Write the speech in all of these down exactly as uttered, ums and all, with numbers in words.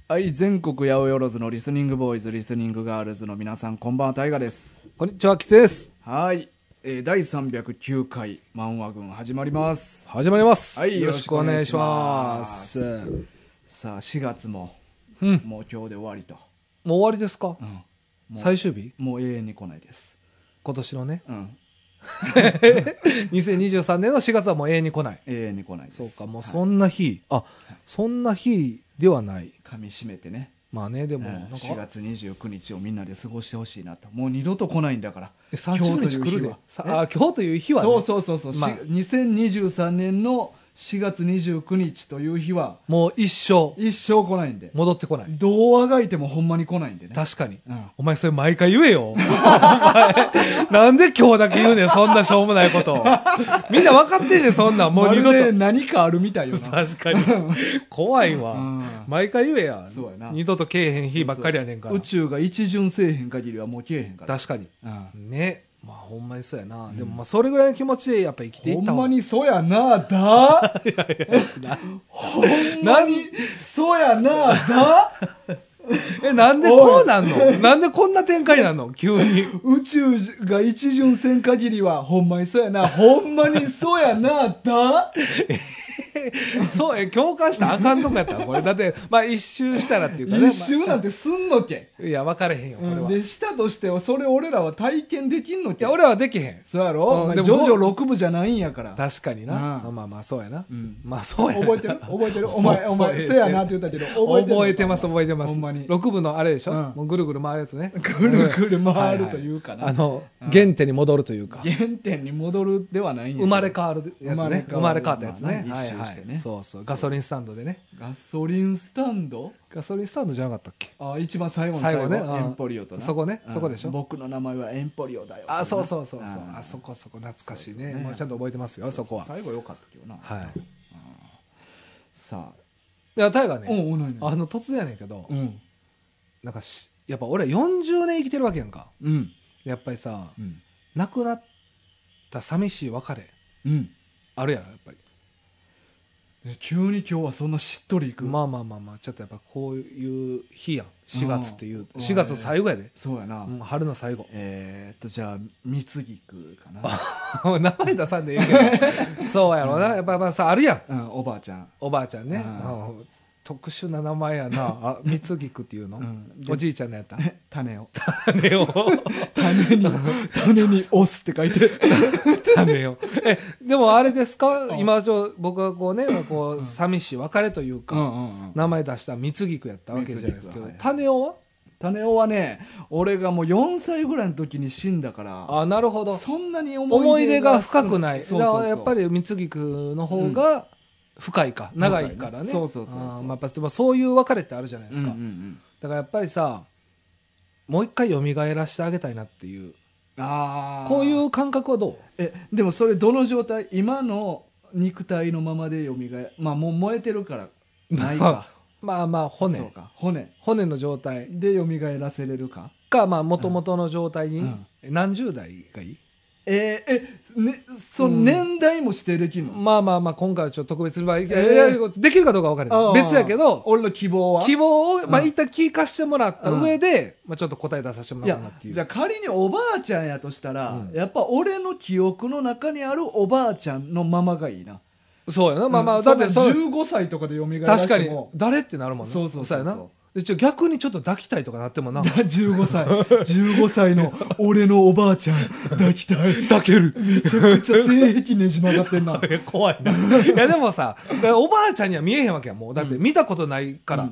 はい、全国八百万のリスニングボーイズ、リスニングガールズの皆さん、こんばんは、タイガです。 こんにちは、キツです。 はい、えー、だいさんびゃくきゅうかい漫画軍始まります。 始まります。 はい、 よろしくお願いします。 さあ、しがつも、 うん、 もう今日で終わりと。 もう終わりですか？うん、 もう最終日？ もう永遠に来ないです。 今年のね。 うん。 にせんにじゅうさんねんのしがつはもう永遠に来ない。 永遠に来ないです。 そうか、もうそんな日、はい、あ、そんな日ではない。 噛み締めてね。 まあね、でもなんかしがつにじゅうくにちをみんなで過ごしてほしいなと。もう二度と来ないんだから。 さんじゅうにち来るで。あ、今日という日はね。 そうそうそうそう、まあ、にせんにじゅうさんねんのしがつにじゅうくにちという日はもう一生一生来ないんで、 戻ってこない。 どうあがいてもほんまに来ないんでね。 確かに、 うん、 お前それ毎回言えよ。お前なんで今日だけ言うねん、そんなしょうもないことみんな分かってんねん、そんなん。もう二度と、 まるで何かあるみたいよな。 確かに怖いわ、うん、毎回言えや。 そうやな、 二度とけえへん日ばっかりやねんから。 宇宙が一巡せえへん限りはもうけえへんから。 確かに、 うん、 ね。まあほんまにそうやな、うん、でもまあそれぐらいの気持ちでやっぱ生きていったほんまにそうやなだいやいやほんまにそうやなだえ、なんでこうなんの？なんでこんな展開なの急に。 宇宙が一巡せん限りはほんまにそうやな、ほんまにそうやなだそうえ共感したらあかんとこやったこれだって、まあ一周したらっていうかね、 一周なんてすんのけ、 いや分かれへんよこれは、 うん、でしたとしてはそれ俺らは体験できんのけ。 いや俺はできへん。 そうやろ、うん、でもジョジョろくぶじゃないんやから。 確かにな、 うん、 まあまあそうやな、うん、まあそうやな。覚えてる覚えてるお前お前せやなって言ったけど覚えてる。 覚えてます覚えてます。 ほんまにろくぶのあれでしょ、うん、もうぐるぐる回るやつね。 ぐるぐる回るというかな、 はいはい、あの、うん、原点に戻るというか、 原点に戻るではないんや。 生まれ変わるやつね。生まれ変わったやつね、 まあ、一周してね、はいはい、 そうそう、ガソリンスタンドでね。 ガソリンスタンドガソリンスタンドじゃなかったっけ。 あ、一番最後の最後ね、エンポリオとな。 そこね、そこでしょ。 僕の名前はエンポリオだよ。 あ、そうそうそうそう、あそこそこ懐かしいね。もうちゃんと覚えてますよ、そこは。 最後良かったけどな。 はい。 さあ、 いやタイガね、あの突然やねんけど、なんかしやっぱ俺よんじゅうねん生きてるわけやんか。やっぱりさ、亡くなった寂しい別れあるやん、やっぱり。 急に今日はそんなしっとりいく。 まあまあまあまあ、ちょっとやっぱこういう日やん、しがつっていう、しがつの最後やで。 そうやな、 うん、春の最後。 えーっとじゃあ三つ菊かな名前出さんでいいけどそうやろな、やっぱまあさあるやん、 うん、おばあちゃんおばあちゃんね、特殊な名前やな。あ、三つ菊っていうの、うん、おじいちゃんのやった種を種を種に種に押すって書いて種を。え、でもあれですか、今ちょ僕がこうね、こう寂しい別れというか、うんうんうん、名前出した三つ菊やったわけじゃないですけど、種をは種をはね、俺がもうよんさいぐらいの時に死んだから。 あ、なるほど。 そんなに思い出が深くない。そうそうそう、だからやっぱり三つ菊の方が、うん、深いか、長いからね。 そうそうそうそう。 あ、まあ、やっぱそういう別れってあるじゃないですか、うんうんうん、だからやっぱりさ、もう一回蘇らしてあげたいなっていう。あ、こういう感覚はどう？ え、でもそれどの状態？今の肉体のままで蘇る、まあもう燃えてるからないかまあまあ骨、 そうか、骨骨の状態で蘇らせれるかか、まあ元々の状態に、うん、何十代がいい？ えー、え、ね、その年代も指定できるの？ うん、まあまあまあ、今回はちょっと特別に、まあ、えー、できるかどうか分からない。別やけど、 俺の希望は希望を、まあ、一旦聞かしてもらった上で、うん、まあ、ちょっと答え出させてもらおうかなっていう。 じゃあ仮におばあちゃんやとしたら、うん、やっぱ俺の記憶の中にあるおばあちゃんのままがいいな。 そうやな。まあまあ、 うん、だってじゅうごさいとかで蘇らせても。 確かに、誰ってなるもんね。 そうそうそうそう。 そうやな。ちょ逆にちょっと抱きたいとかなってもな。 じゅうごさいじゅうごさいの俺のおばあちゃん抱きたい。 抱ける。 めちゃくちゃ性癖ねじ曲がってんな怖いな。いやでもさ、おばあちゃんには見えへんわけやん、もう。だって見たことないから、うん、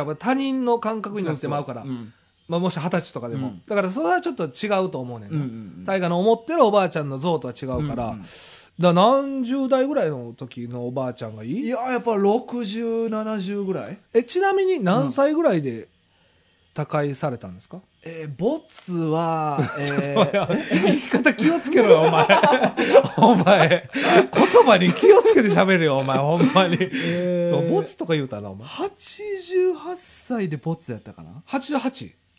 他人の感覚になってまうから。そうそう、うん、まあ、もし二十歳とかでも、うん、だからそれはちょっと違うと思うねんな、うんうんうん、大河の思ってるおばあちゃんの像とは違うから、うんうん、だ何十代ぐらいの時のおばあちゃんがいい？ いや、やっぱろくじゅう、ななじゅうぐらい。 え、ちなみに何歳ぐらいで他界されたんですか？ えー、ボツは、えー、 言い方気をつけろよ、お前。お前、言葉に気をつけて喋るよ、お前、ほんまに。えー、ボツとか言うたな、お前。 はちじゅうはっさいでボツやったかな？ はちじゅうはち？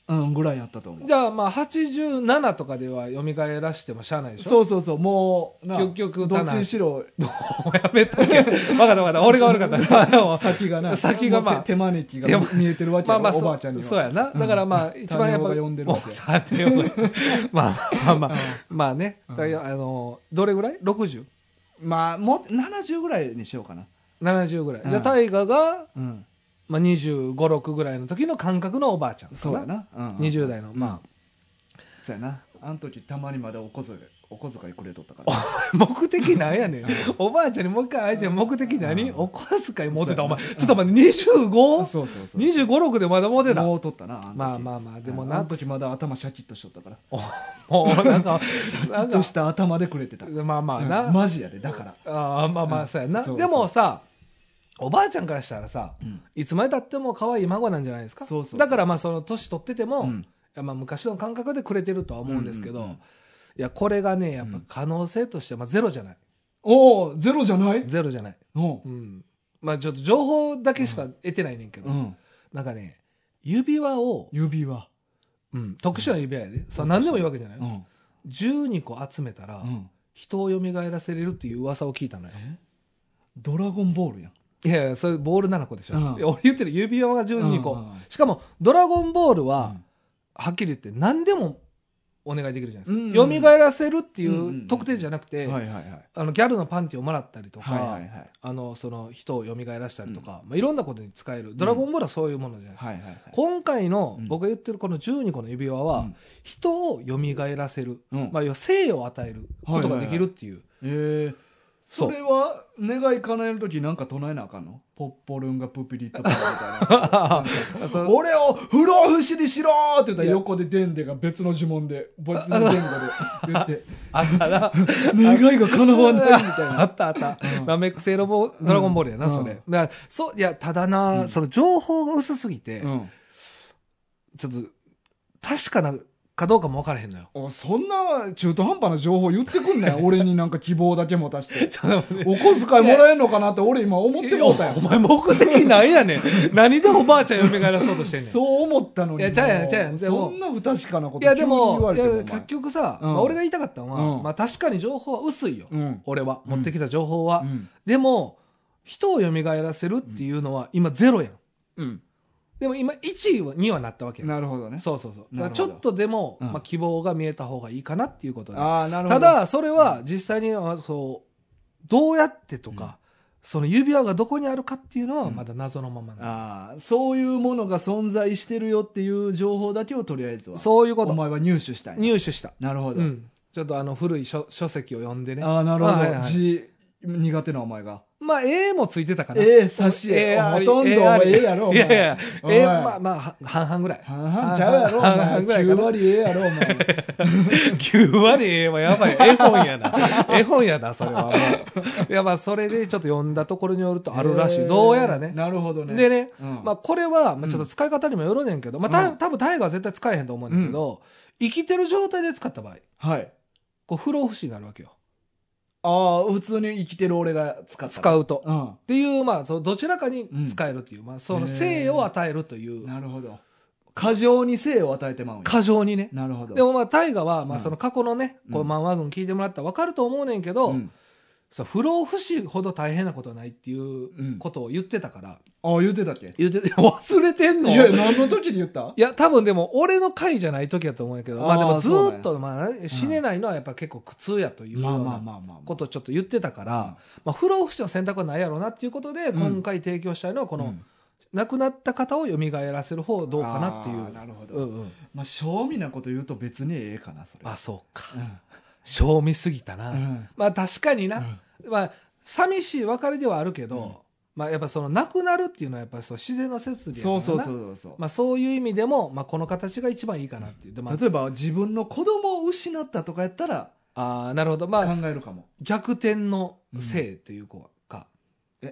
うんぐらいやったと思う。 じゃあまあはちじゅうななとかでは蘇らしてもしゃあないでしょ。 そうそうそうもうな結局どっちにしろやめとけ。わかったわかった。俺が悪かった。 先がな先がまあ手手招きが見えてるわけやろ、 まあまあおばあちゃんには。 そうやな。だからまあ一番やっぱ種をが呼んでるわけさてよまあまあまあうんまあね。だからあのどれぐらい ?ろくじゅう？ まあもうななじゅうぐらいにしようかな。 ななじゅうぐらい。 うんじゃあ大河がうんまあにじゅうご、ろくぐらいの時の感覚のおばあちゃんかな。 そうやな、うんうんにじゅう代のまあそうやな。あの時たまにまだお小遣いお小遣いくれとったから。 目的なんやねん。おばあちゃんにもう一回会えて目的何？ うんお小遣い持ってたお前。 そうやなちょっと待って、にじゅうご？ そうそうそう。 にじゅうご、ろくでまだ持ってた。 もう取ったな。あの時まあまあまあ、でもなあの時まだ頭シャキッとしとったから。 もうなんか、 シャキなんかッとした頭でくれてた。 まあまあうんな。 マジやでだから。 ああまあまあ、 うんそうやな。 そうそうでもさ、おばあちゃんからしたらさ、 うんいつまでたっても可愛い孫なんじゃないですか。 そうそうそうだからまあその年取ってても、 うんいやまあ昔の感覚でくれてるとは思うんですけど、 うんうんうんいやこれがねやっぱ可能性としてはまあゼロじゃない。 おおゼロじゃない？ ゼロじゃない。 おうん。まあちょっと情報だけしか得てないねんけど、 うん。 なんかね、指輪を、 指輪。 うん、特殊な指輪やで。さ何でもいいわけじゃない。 うん。 じゅうにこ集めたら、 うん。 人を蘇らせれるっていう噂を聞いたのよ。 ドラゴンボールやん。 いやいや、それボールななこでしょ。 うんいや俺言ってる指輪がじゅうにこ。 うんうんしかも、ドラゴンボールは、 うんはっきり言って何でもお願いできるじゃないですか。 うんうん蘇らせるっていうんうんうんう特典じゃなくて、 はいはいはい。 あのギャルのパンティをもらったりとか、 はいはいはい。 あのその人を蘇らしたりとか、まあ、いろんなことに使える。ドラゴンボールはそういうものじゃないですか。 はいはいはい。 今回のうん僕が言ってるこのじゅうにこの指輪は、 うん人を蘇らせる、 うんまあ、要は生を与えることができるっていう、 ええそうそれは願い叶えるときなんか唱えなあかんの？ポッポルンがプピリッとパみたいななんか俺を不老不死にしろーって言ったら横でデンデが別の呪文で別の言語で言ってあったな願いが叶わないみたいあな。 ったあった、 うんナメック星のボドラゴンボールやな、 うんそれ、だからそういやただな、 うんその情報が薄すぎて、 うんちょっと確かなかどうかも分からへんのよ。 おそんな中途半端な情報言ってくんなよ俺になんか希望だけ持たしてちょっと待ってお小遣いもらえんのかなって俺今思ってもうたよお前目的なんやねん何でおばあちゃん蘇らそうとしてんねん。 そう思ったのにいやちゃうやんちゃうやんでもそんな不確かなこといやで急に言もわれてもいや結局さ、 うんまあ、俺が言いたかったのは、 うんまあ、確かに情報は薄いよ、 うん俺はうん持ってきた情報は、 うんでも人を蘇らせるっていうのは今ゼロやん。 うんでも今いちいにはなったわけやん。 なるほどねそうそうそう。だなるほどからちょっとでも、 うんまあ、希望が見えた方がいいかなっていうことで。 ああなるほどただそれは実際にはそうどうやってとか、その指輪がどこにあるかっていうのはまだ謎のままなの、 ああそういうものが存在してるよっていう情報だけをとりあえずはそういうことお前は入手したい入手した。 なるほど、 うん。ちょっとあの古い書書籍を読んでね。 ああなるほど、 はいはい字苦手なお前がまあ、絵もついてたかな。 ええ挿絵絵ありほとんどお前絵ありええやろお前いやいや、 お前絵、まあまあ、は半々ぐらい。 半々ちゃうやろお半前きゅう 々ぐらいかな。 割ええやろお前きゅう割絵はやばい。絵本やな。絵本やな、それはもう。いや、まあ、それでちょっと読んだところによるとあるらしい。 えーどうやらね。 なるほどねでね、 うんまあ、これは、まあ、ちょっと使い方にもよるねんけど、まあ、たうん多分タイガーは絶対使えへんと思うんだけど、生きてる状態で使った場合、 はいこう不老不死になるわけよ。 ああ普通に生きてる俺が使った使うと。 うっていう、まあ、そのどちらかに使えるっていう、まあ、その生を与えるという、 んなるほど過剰に生を与えてまうんや過剰にね。 なるほどでもまあ、大河は、まあ、 うんその過去のね、こう、 うん漫画群聞いてもらったら分かると思うねんけど、 うんそう不老不死ほど大変なことはないっていううんことを言ってたから、 ああ言ってたっけ言ってて、忘れてんのいや何の時に言ったいや、多分でも、俺の回じゃない時やと思うんやけど、まあでもずあーそうねーっと、まあ、死ねないのはやっぱ結構苦痛やというようまあまあなまあまあまあことをちょっと言ってたから、まあ、不老不死の選択はないやろうなっていうことで、 うん今回提供したいのは、この、 うん亡くなった方を蘇らせる方どうかなっていう。 あーなるほど、 うんうん。 まあ正味なこと言うと別にええかなそれあ、そうか。 うん賞味すぎたな。 うんまあ確かにな。 うんまあ、寂しい別れではあるけど、 うんまあやっぱその亡くなるっていうのはやっぱりそう自然の摂理やからな。 そうそうそうそうそう、 まあそういう意味でも、まあこの形が一番いいかなっていう。でまあ、 例えば自分の子供を失ったとかやったらあーなるほど。ま考あ、 えるかも、 逆転の性という子か。 え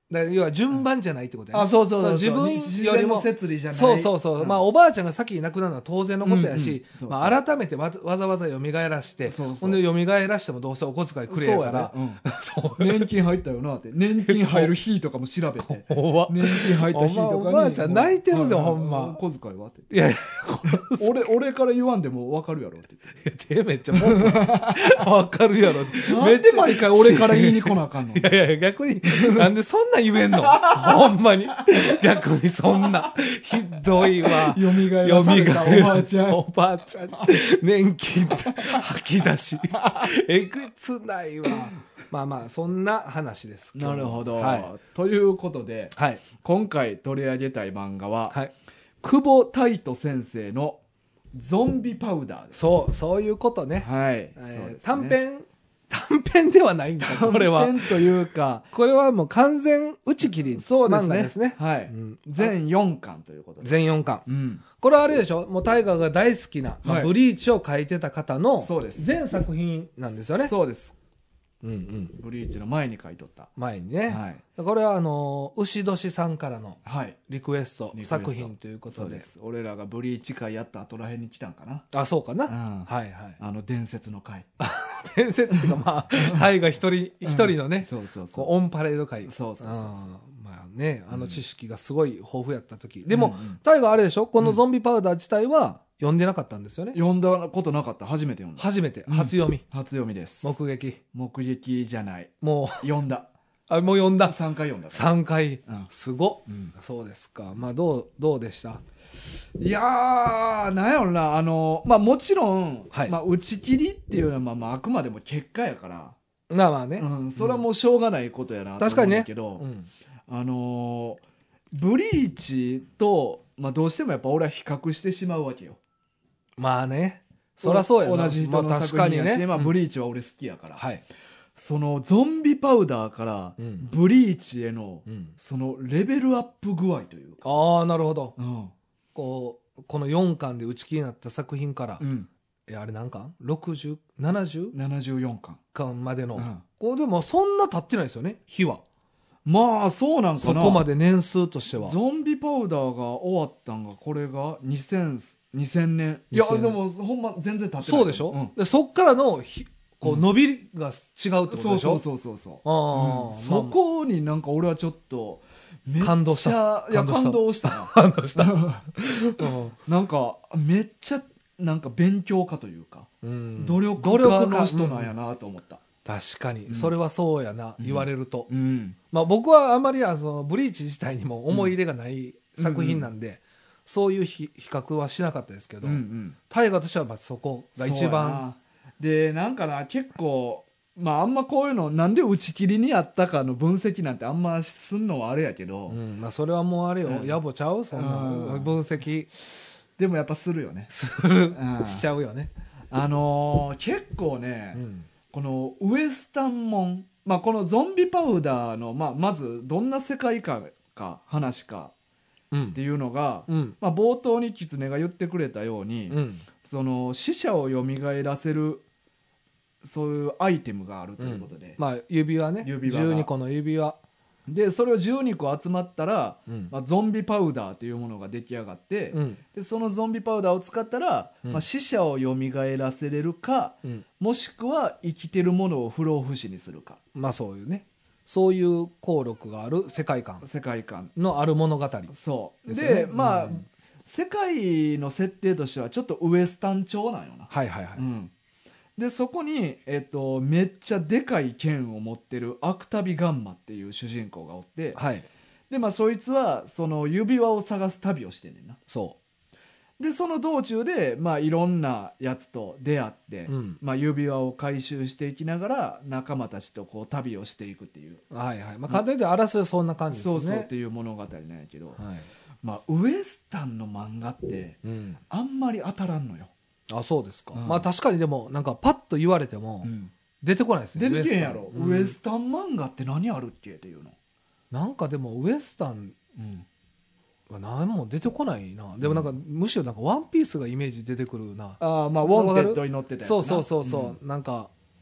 だから要は順番じゃないってことやね、 あ、そうそうそうそう、 自分自よりも然の摂理じゃない。 そうそうそう、 んまあおばあちゃんが先に亡くなるのは当然のことやし、 うんうんそうそうまあ、改めてわざわざわざ蘇らしてそうそうほんで蘇らしてもどうせお小遣いくれやからそうやねそううん年金入ったよなって年金入る日とかも調べて怖っ年金入った日とかにおばおばあちゃん泣いてるではいほんまお小遣いはっていやいや俺俺から言わんでも分かるやろって言って手めっちゃもうわかるやろなんで毎回俺から言いに来なあかんのいやいや逆になんでそんなん言えんのほんまに逆にそんなひどいわよみがえらされたおばあちゃんおばあちゃん年金吐き出しえぐつないわまあまあそんな話ですなるほど、 はい、 ということで、 はい、 今回取り上げたい漫画は、 はい、 久保太斗先生のゾンビパウダーです。 そうそういうことね、 はい、 えーそうですね、 短編短編ではないんだこれは短編というかこれはもう完全打ち切り漫画ですね。 はい、うん、全よんかんということで。 全よんかん。 うん、 これはあれでしょもう大河が大好きな、まあはい、 ブリーチを書いてた方のそうです全作品なんですよね。 そうです。 うんうん。 ブリーチの前に書いとった。 前にね。 はい。 これはあのー、牛年さんからのリクエストはい、 作品ということで。 そうです。俺らがブリーチ会やった後らへんに来たんかな。 あ、そうかな。 うん、 はいはい。 あの伝説の会。 伝説っていうかまあ、大河一人、一人のね、うん、 そうそうそう。 オンパレード会。 そうそうそうそう。 まあね、あの知識がすごい豊富やった時。うん、でも、大河あれでしょこのゾンビパウダー自体は読んでなかったんですよね。 読んだことなかった。初めて読んだ。 初めて。初読み。 うん、初読みです。 目撃。 目撃じゃない。 もう。 読んだ。 あ、もう読んだ。 さんかい読んだ。 さんかい。 うん、 すご、 うん。 そうですか。まあ、どう、どうでした？ いやー、なんやろな、あの、まあもちろん、 はい、 まあ打ち切りっていうのは、まあまああくまでも結果やから、 まあまあね。 うん、それはもうしょうがないことやなと思うんだけど、 確かにね、 うん、あのー、ブリーチと、まあどうしてもやっぱ俺は比較してしまうわけよ。 まあね。そりゃそうやな。 同じ人の作品やし、まあ、ね、まあブリーチは俺好きやから。 はい。 そのゾンビパウダーからブリーチへの、 うん、 そのレベルアップ具合というか。 ああ、なるほど。 うん、 こう、このよんかんで打ち切りになった作品から、 うん、 え、あれ何巻 ?ろくじゅう、ななじゅう? ななじゅうよんかん。 巻までの、 うん、 こうでもそんな経ってないですよね、日は。 まあそうなんかな。 そこまで年数としては。 ゾンビパウダーが終わったんがこれがにせん、にせんねん。いやでもほんま全然経ってない。 そうでしょ、うん、でそっからのひこう伸びが違うってことでしょ、うん、そうそうそうそう。 あ、 うん、そこになんか俺はちょっとめっちゃ感動した。 いや感動したな。 感動した。 なんかめっちゃなんか勉強家というか、うん、努力家の人なんやなと思った。 確かに、うん、それはそうやな、言われると、 うん、 まあ、僕はあんまりあのブリーチ自体にも思い入れがない作品なんで、うんうん、そういう比較はしなかったですけど、うんうん、大河としてはまあそこが一番でなんかな結構まああんまこういうのなんで打ち切りにあったかの分析なんてあんますんのはあれやけど、 うんまあ、それはもうあれよ、うん、野暮ちゃうそんな分析でもやっぱするよねするしちゃうよねあのー、結構ね、うんこのウエスタンもん、まあ、このゾンビパウダーの、まあ、まずどんな世界観か話かっていうのが、うんまあ、冒頭に狐が言ってくれたように、うん、その死者を蘇らせるそういうアイテムがあるということで、 うんまあ、指輪ね指輪じゅうにこの指輪でそれをじゅうにこ集まったら、うんまあ、ゾンビパウダーというものが出来上がって、うん、でそのゾンビパウダーを使ったら、うんまあ、死者を蘇らせれるか、うん、もしくは生きてるものを不老不死にするかまあそういうねそういう効力がある世界観世界観のある物語そうで、ね、まあ、うん、世界の設定としてはちょっとウエスタン調なんよなはいはいはい、うんでそこに、えっと、めっちゃでかい剣を持ってるアクタビガンマっていう主人公がおって、はい、でまあそいつはその指輪を探す旅をしてんねんなそうでその道中で、まあ、いろんなやつと出会って、うんまあ、指輪を回収していきながら仲間たちとこう旅をしていくっていうはいはいまあ簡単にあらすじそんな感じですねそうそうっていう物語なんやけど、はいまあ、ウエスタンの漫画って、うん、あんまり当たらんのよあそうですか、うん、まあ確かにでもなんかパッと言われても出てこないですね、 出てけんやろ、うん、ウエスタン漫画って何あるっけっていうのなんかでもウエスタンは何も出てこないな、うん、でもなんかむしろなんかワンピースがイメージ出てくるなああまあウォンテッドに乗ってたやつなそうそうそうそう、うん、なんか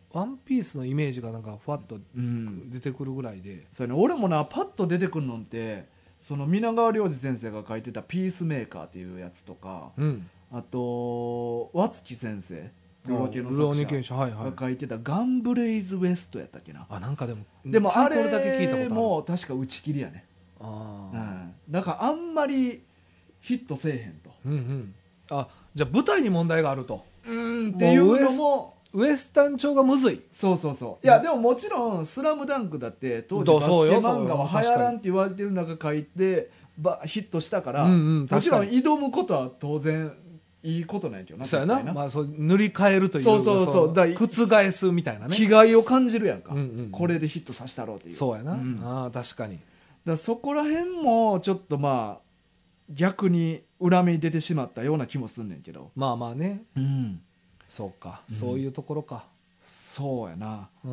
ワンピースのイメージがなんかふわっと出てくるぐらいで、うん、 それね、俺もなパッと出てくるのってその皆川亮次先生が書いてたピースメーカーっていうやつとか、うん、あと和月先生ルロケの作者が書いてたガンブレイズウエストやったっけな。 あ、なんかでもでもあれも確か打ち切りやね。 あ、 うん、だからあんまりヒットせえへんと、 うんうん、あ、じゃあ舞台に問題があると、 うんっていうのもウエスタン調がむずい。 そうそうそう。いや、でももちろんスラムダンクだって当時バスケ漫画は流行らんって言われてる中書いてばヒットしたから、うんうん、もちろん挑むことは当然いいことなんやけどな。 そうやな、まあ、そう塗り替えるという、 そうそうそう、だ覆すみたいなね、 気概を感じるやんか、うんうん、これでヒットさせたろうっていう。 そうやな、うん、あ、確かに。だからそこら辺もちょっとまあ逆に裏目に出てしまったような気もすんねんけど。 まあまあね、 うん、 そうか、そういうところか、うん、 そうやな、 うん、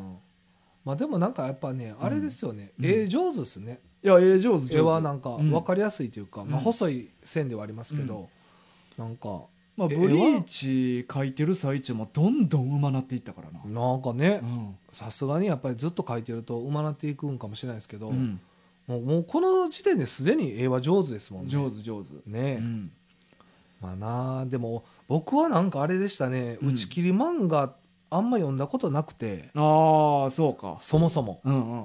まあでもなんかやっぱね、あれですよね、うん、絵上手ですね。 いや、絵上手上手。 絵はなんか分かりやすいというか、うん、まあ、細い線ではありますけど、うん、なんか、 まあ、ブリーチ描いてる最中もどんどん上手なっていったからな。 なんかね、さすがにやっぱりずっと描いてると上手なっていくんかもしれないですけど、うん、もう、もうこの時点ですでに絵は上手ですもんね。 上手上手ね、うん、まあなあ、でも僕はなんかあれでしたね、うん、打ち切り漫画あんま読んだことなくて。 ああ、そうか。 そもそも、 うんうんうんうん、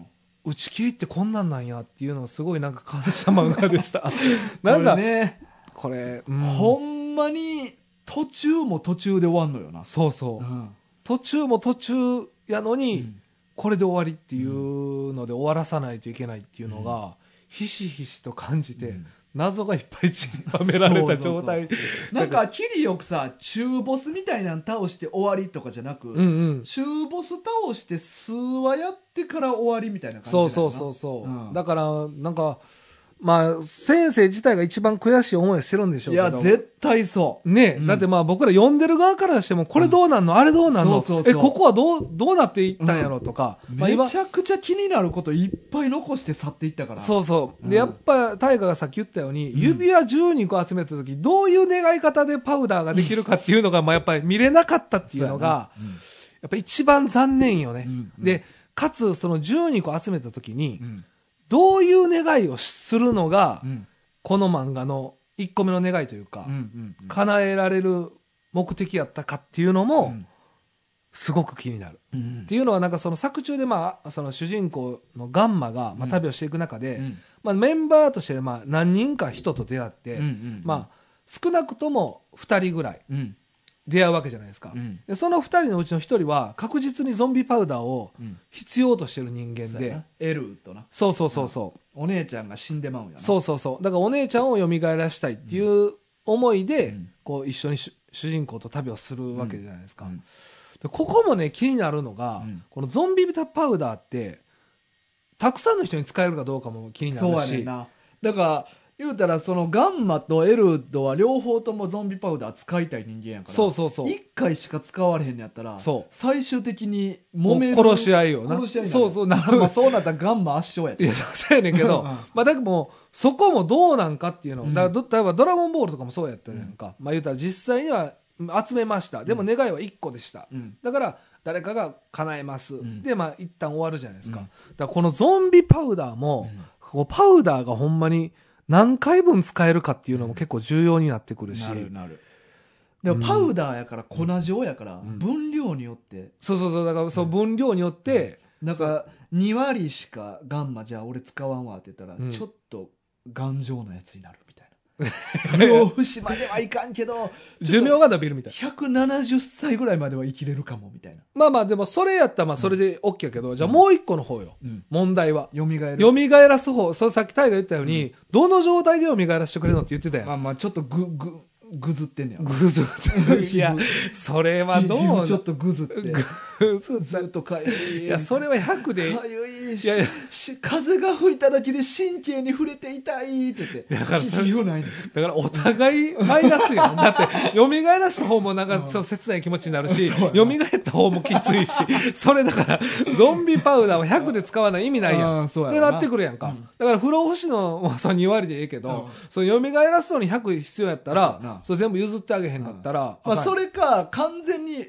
打ち切りってこんなんなんやっていうのをすごいなんか感じた漫画でしたなんかこれね、 これ、 うん、ほんまに途中も途中で終わんのよな。 そうそう、うん、途中も途中やのに、うん、これで終わりっていうので終わらさないといけないっていうのが、うん、ひしひしと感じて、うん、謎がいっぱい散りばめられた状態。 そうそうそうなんかキリよくさ、中ボスみたいなの倒して終わりとかじゃなく、 うんうん、 中ボス倒して数話やってから終わりみたいな感じだよな。 そうそうそうそう、うん、だからなんかまあ先生自体が一番悔しい思いをしてるんでしょうけど。 いや絶対そうね、うん、だってまあ僕ら読んでる側からしてもこれどうなんの、うん、あれどうなんの、そうそうそう、えここはどうどうなっていったんやろとか、 うん、まあ、めちゃくちゃ気になることいっぱい残して去っていったから。 そうそうで、うん、やっぱ大河がさっき言ったように、うん、指輪じゅうにこ集めた時どういう願い方でパウダーができるかっていうのがまあやっぱり見れなかったっていうのが、うん、やっぱ一番残念よね、うんうん、でかつそのじゅうにこ集めた時に、うん、どういう願いをするのが、うん、この漫画のいっこめの願いというか、うんうんうん、叶えられる目的やったかっていうのも、うん、すごく気になる、うん、っていうのはなんかその作中で、まあ、その主人公のガンマが、まあ、旅をしていく中で、うんまあ、メンバーとしてまあ何人か人と出会って、うんうんうんまあ、少なくともふたりぐらい出会うわけじゃないですか、うん、でそのふたりのうちのひとりは確実にゾンビパウダーを必要としてる人間で、うん、 エルウとな。 そうそうそうそう、 お姉ちゃんが死んでまうんやな。 そうそうそう、だからお姉ちゃんを蘇らしたいっていう思いで、うん、こう一緒に主人公と旅をするわけじゃないですか、うん、でここもね気になるのが、うん、このゾンビパウダーってたくさんの人に使えるかどうかも気になるし。 そうやねんな。だから言うたらそのガンマとエルドは両方ともゾンビパウダー使いたい人間やから、 そうそうそう、 いっかいしか使われへんのやったら最終的に揉める殺し合いよな。 殺し合いそうそうなる、まあ、そうなったらガンマ圧勝や。 いやそうやねんけど、うん、まあだけどもそこもどうなんかっていうの、うん、だから例えばドラゴンボールとかもそうやったじゃんか、うん、まあ言うたら実際には集めました、でも願いはいっこでした、うん、だから誰かが叶えます、うん、でまあ一旦終わるじゃないですか、うん、だからこのゾンビパウダーも、うん、こうパウダーがほんまに何回分使えるかっていうのも結構重要になってくるし、 なるなる。でもパウダーやから粉状やから分量によって、うん、 そうそうそうだからそう分量によって、 うん、なんかに割しかガンマじゃあ俺使わんわって言ったら、うん、ちょっと頑丈なやつになるみたいな。不老不死まではいかんけど寿命が伸びるみたいな。 ひゃくななじゅっさいぐらいまでは生きれるかもみたいな。 まあまあでもそれやったらまあそれで OK やけど、うん、じゃあもう一個の方よ、うん、問題は蘇る蘇らす方。それさっきタイが言ったように、うん、どの状態で蘇らせてくれるのって言ってたやん。 まあまあちょっとググぐずってんねや。 ぐずっていやそれはどうちょっとぐずってずっとかゆい。 いやそれはひゃくでかゆいし、いやいやし風が吹いただけで神経に触れて痛いって言ってだからそれ言うない、ね、 だからお互いマイナスやんだって蘇らした方もなんかそう切ない気持ちになるし蘇った方もきついしそれだからゾンビパウダーはひゃくで使わない意味ないやんってなってくるやんか、うん、だから不老不死のそのに割でええけど、うん、その蘇らすのにひゃく必要やったらそれ全部譲ってあげへんかったら、 うんまあ、それか完全に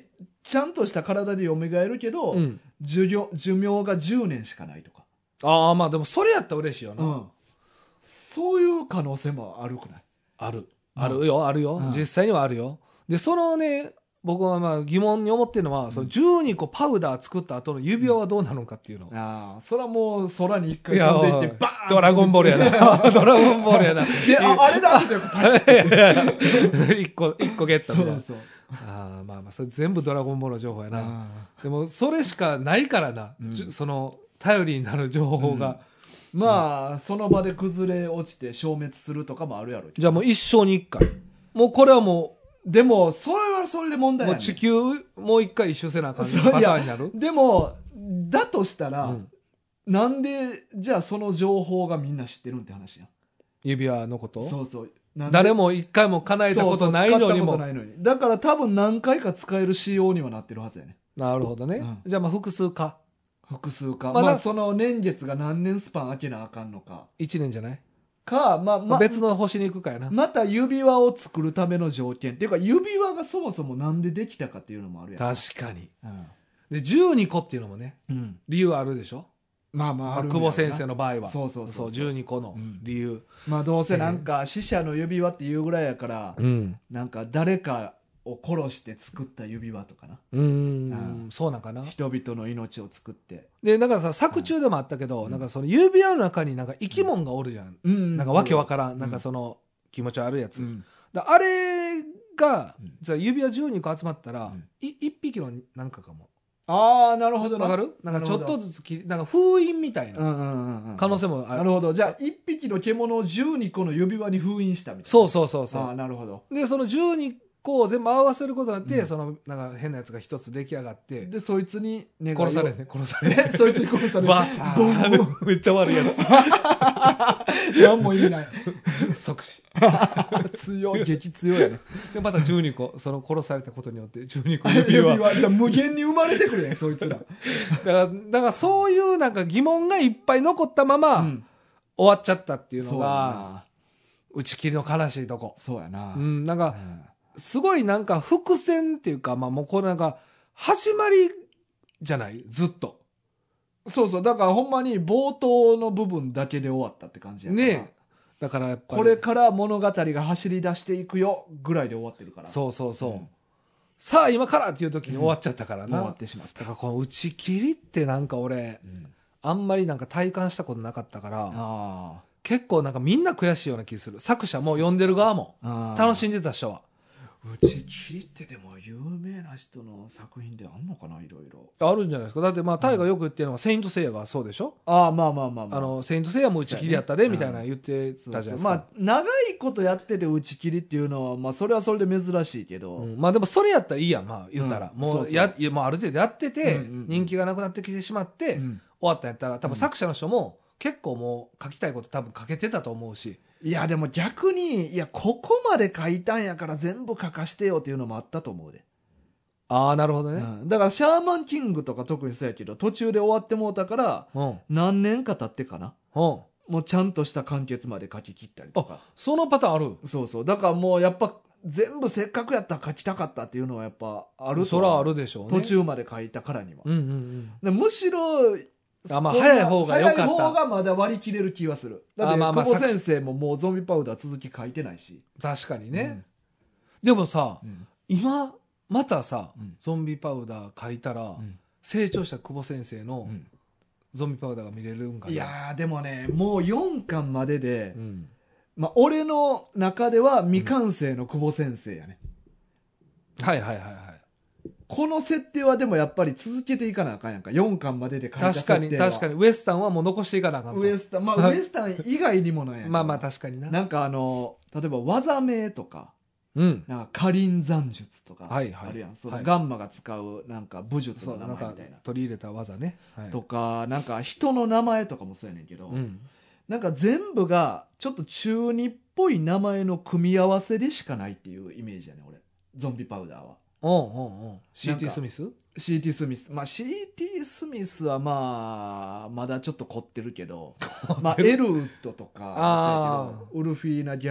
ちゃんとした体で蘇るけど、 うん、 寿命、寿命がじゅうねんしかないとか。 ああ、まあでもそれやったら嬉しいよな。 うん。そういう可能性もあるくない？ ある。あるよ、あるよ、うん。実際にはあるよ。で、そのね、僕はまあ疑問に思ってるのは、うん、そのじゅうにこパウダー作った後の指輪はどうなのかっていうの。 うん、ああ、それはもう空に一回飛んでいって、バーンドラゴンボールやな。ドラゴンボールやな。 で、あ、あれだって言ってパシッて。 一個、一個ゲットみたいな。 そうそう。 ああ、まあまあ、それ全部ドラゴンボールの情報やな。でも、それしかないからな。うん、その、頼りになる情報が。 うん、まあ、うん、その場で崩れ落ちて消滅するとかもあるやろ。 じゃあもう一生に一回。もうこれはもう、 でも、それはそれで問題やねん。 もう地球、もう一回一周せなあかんパターンになる。 でも、だとしたら、うん、なんで、じゃあその情報がみんな知ってるんって話やん。 指輪のこと？そうそう。 誰も一回も叶えたことないのにも。 そうそう、使ったことないのに。だから多分何回か使える仕様にはなってるはずやね。 なるほどね。うん、じゃあまあ複数か。 複数か。まあ、まあ、その年月が何年スパン空けなあかんのか。 一年じゃないか、まあ、まあ、 別の星に行くかやな。 また指輪を作るための条件。っていうか、指輪がそもそもなんでできたかっていうのもあるやん。 確かに。うん、で、じゅうにこっていうのもね、うん、理由あるでしょ。 まあまあ、 まあ、久保先生の場合は。 そうそうそうそう。 じゅうにこの理由。 うん、まあ、どうせなんか、死者の指輪っていうぐらいやから、うん、なんか誰かを殺して作った指輪とかな。 うん、うん、そうなんかな。 人々の命を作って。 で、なんかさ、作中でもあったけど、うん、なんかその指輪の中になんか生き物がおるじゃん。うん、なんかわけわからん、うん、なんかその気持ち悪いやつ。うん、だあれが、じゃあ指輪じゅうにこ集まったら、うん、いいっぴきのなんかかも。 ああ、なるほどな。 わかる？なんかちょっとずつき、なんか封印みたいな可能性もある。 なるほど。じゃあ、いっぴきの獣をじゅうにこの指輪に封印したみたいな。 そうそうそうそう。 ああ、なるほど。 で、そのじゅうにこを全部合わせることによって、うん、その、なんか変なやつが一つ出来上がって。 で、そいつに願いを殺されね、殺されね。 そいつに殺される。 バサーめっちゃ悪いやつ。 何も言えない。 即死。 強い、激強やね。 で、またじゅうにこ、その殺されたことによってじゅうにこ指輪。指輪。 じゃあ無限に生まれてくるやん、そいつら。だから、だからそういうなんか疑問がいっぱい残ったまま、うん、終わっちゃったっていうのが、打ち切りの悲しいとこ。 そうやな。 うん、なんか、うんすごいなんか伏線っていうか、まあもうこれなんか始まりじゃないずっと。 そうそう。だからほんまに冒頭の部分だけで終わったって感じやから。 ねえ。だからやっぱり。 これから物語が走り出していくよぐらいで終わってるから。 そうそうそう。うん、さあ今からっていう時に終わっちゃったからな。うん、 終わってしまった。 だからこの打ち切りってなんか俺、うん、あんまりなんか体感したことなかったから、あ結構なんかみんな悔しいような気する。作者も読んでる側も楽しんでた人は。 打ち切りってでも有名な人の作品であんのかないろいろあるんじゃないですか。だってまあタイがよく言ってるのは、セイントセイヤがそうでしょ。 ああまあまあまあまあ、 あのセイントセイヤも打ち切りやったで、みたいな言ってたじゃないですか。 まあ長いことやってて打ち切りっていうのはまあそれはそれで珍しいけど、 うん、まあでもそれやったらいいやん、まあ言ったら、うん、もうやもうある程度やってて、うんうんうん、人気がなくなってきてしまって、うん、終わったんやったら多分作者の人も結構もう書きたいこと多分書けてたと思うし。 いやでも逆にいやここまで書いたんやから全部書かしてよっていうのもあったと思うで。 ああなるほどね、 うん、だからシャーマンキングとか特にそうやけど途中で終わってもうたから、うん、何年か経ってかな、うん、もうちゃんとした完結まで書き切ったりとか。 あそのパターンある。 そうそう。だからもうやっぱ全部せっかくやったら書きたかったっていうのはやっぱあると。 そらあるでしょうね。 途中まで書いたからには、 うんうんうん、 でむしろあまあ、早い方が良かった。 早い方がまだ割り切れる気はする。だって久保先生ももうゾンビパウダー続き書いてないし。 確かにね、うん、でもさ、うん、今またさ、うん、ゾンビパウダー書いたら、うん、成長した久保先生のゾンビパウダーが見れるんかな。 いやーでもねもうよんかんまでで、うん、まあ、俺の中では未完成の久保先生やね、 はいはいはいはい。 この設定はでもやっぱり続けていかなあかんやんか。よんかんまでで書いた設定は。 確かに確かにウエスタンはもう残していかなあかんと。 ウエスタンまあウエスタン以外にもなんやまあまあ確かにな。 なんかあの例えば技名とか、うん、なんかカリン残術とかあるやん、はいはい、そのガンマが使うなんか武術の名前みたいな、なんか取り入れた技ね、 はい、とかなんか人の名前とかもそうやねんけど、うん、なんか全部がちょっと中二っぽい名前の組み合わせでしかないっていうイメージやねん俺ゾンビパウダーは。 おうおうおう シーティー スミスシーティー スミスまあ シーティー スミスはまあまだちょっと凝ってるけどまあエルウッドとかウルフィーナ・ギャン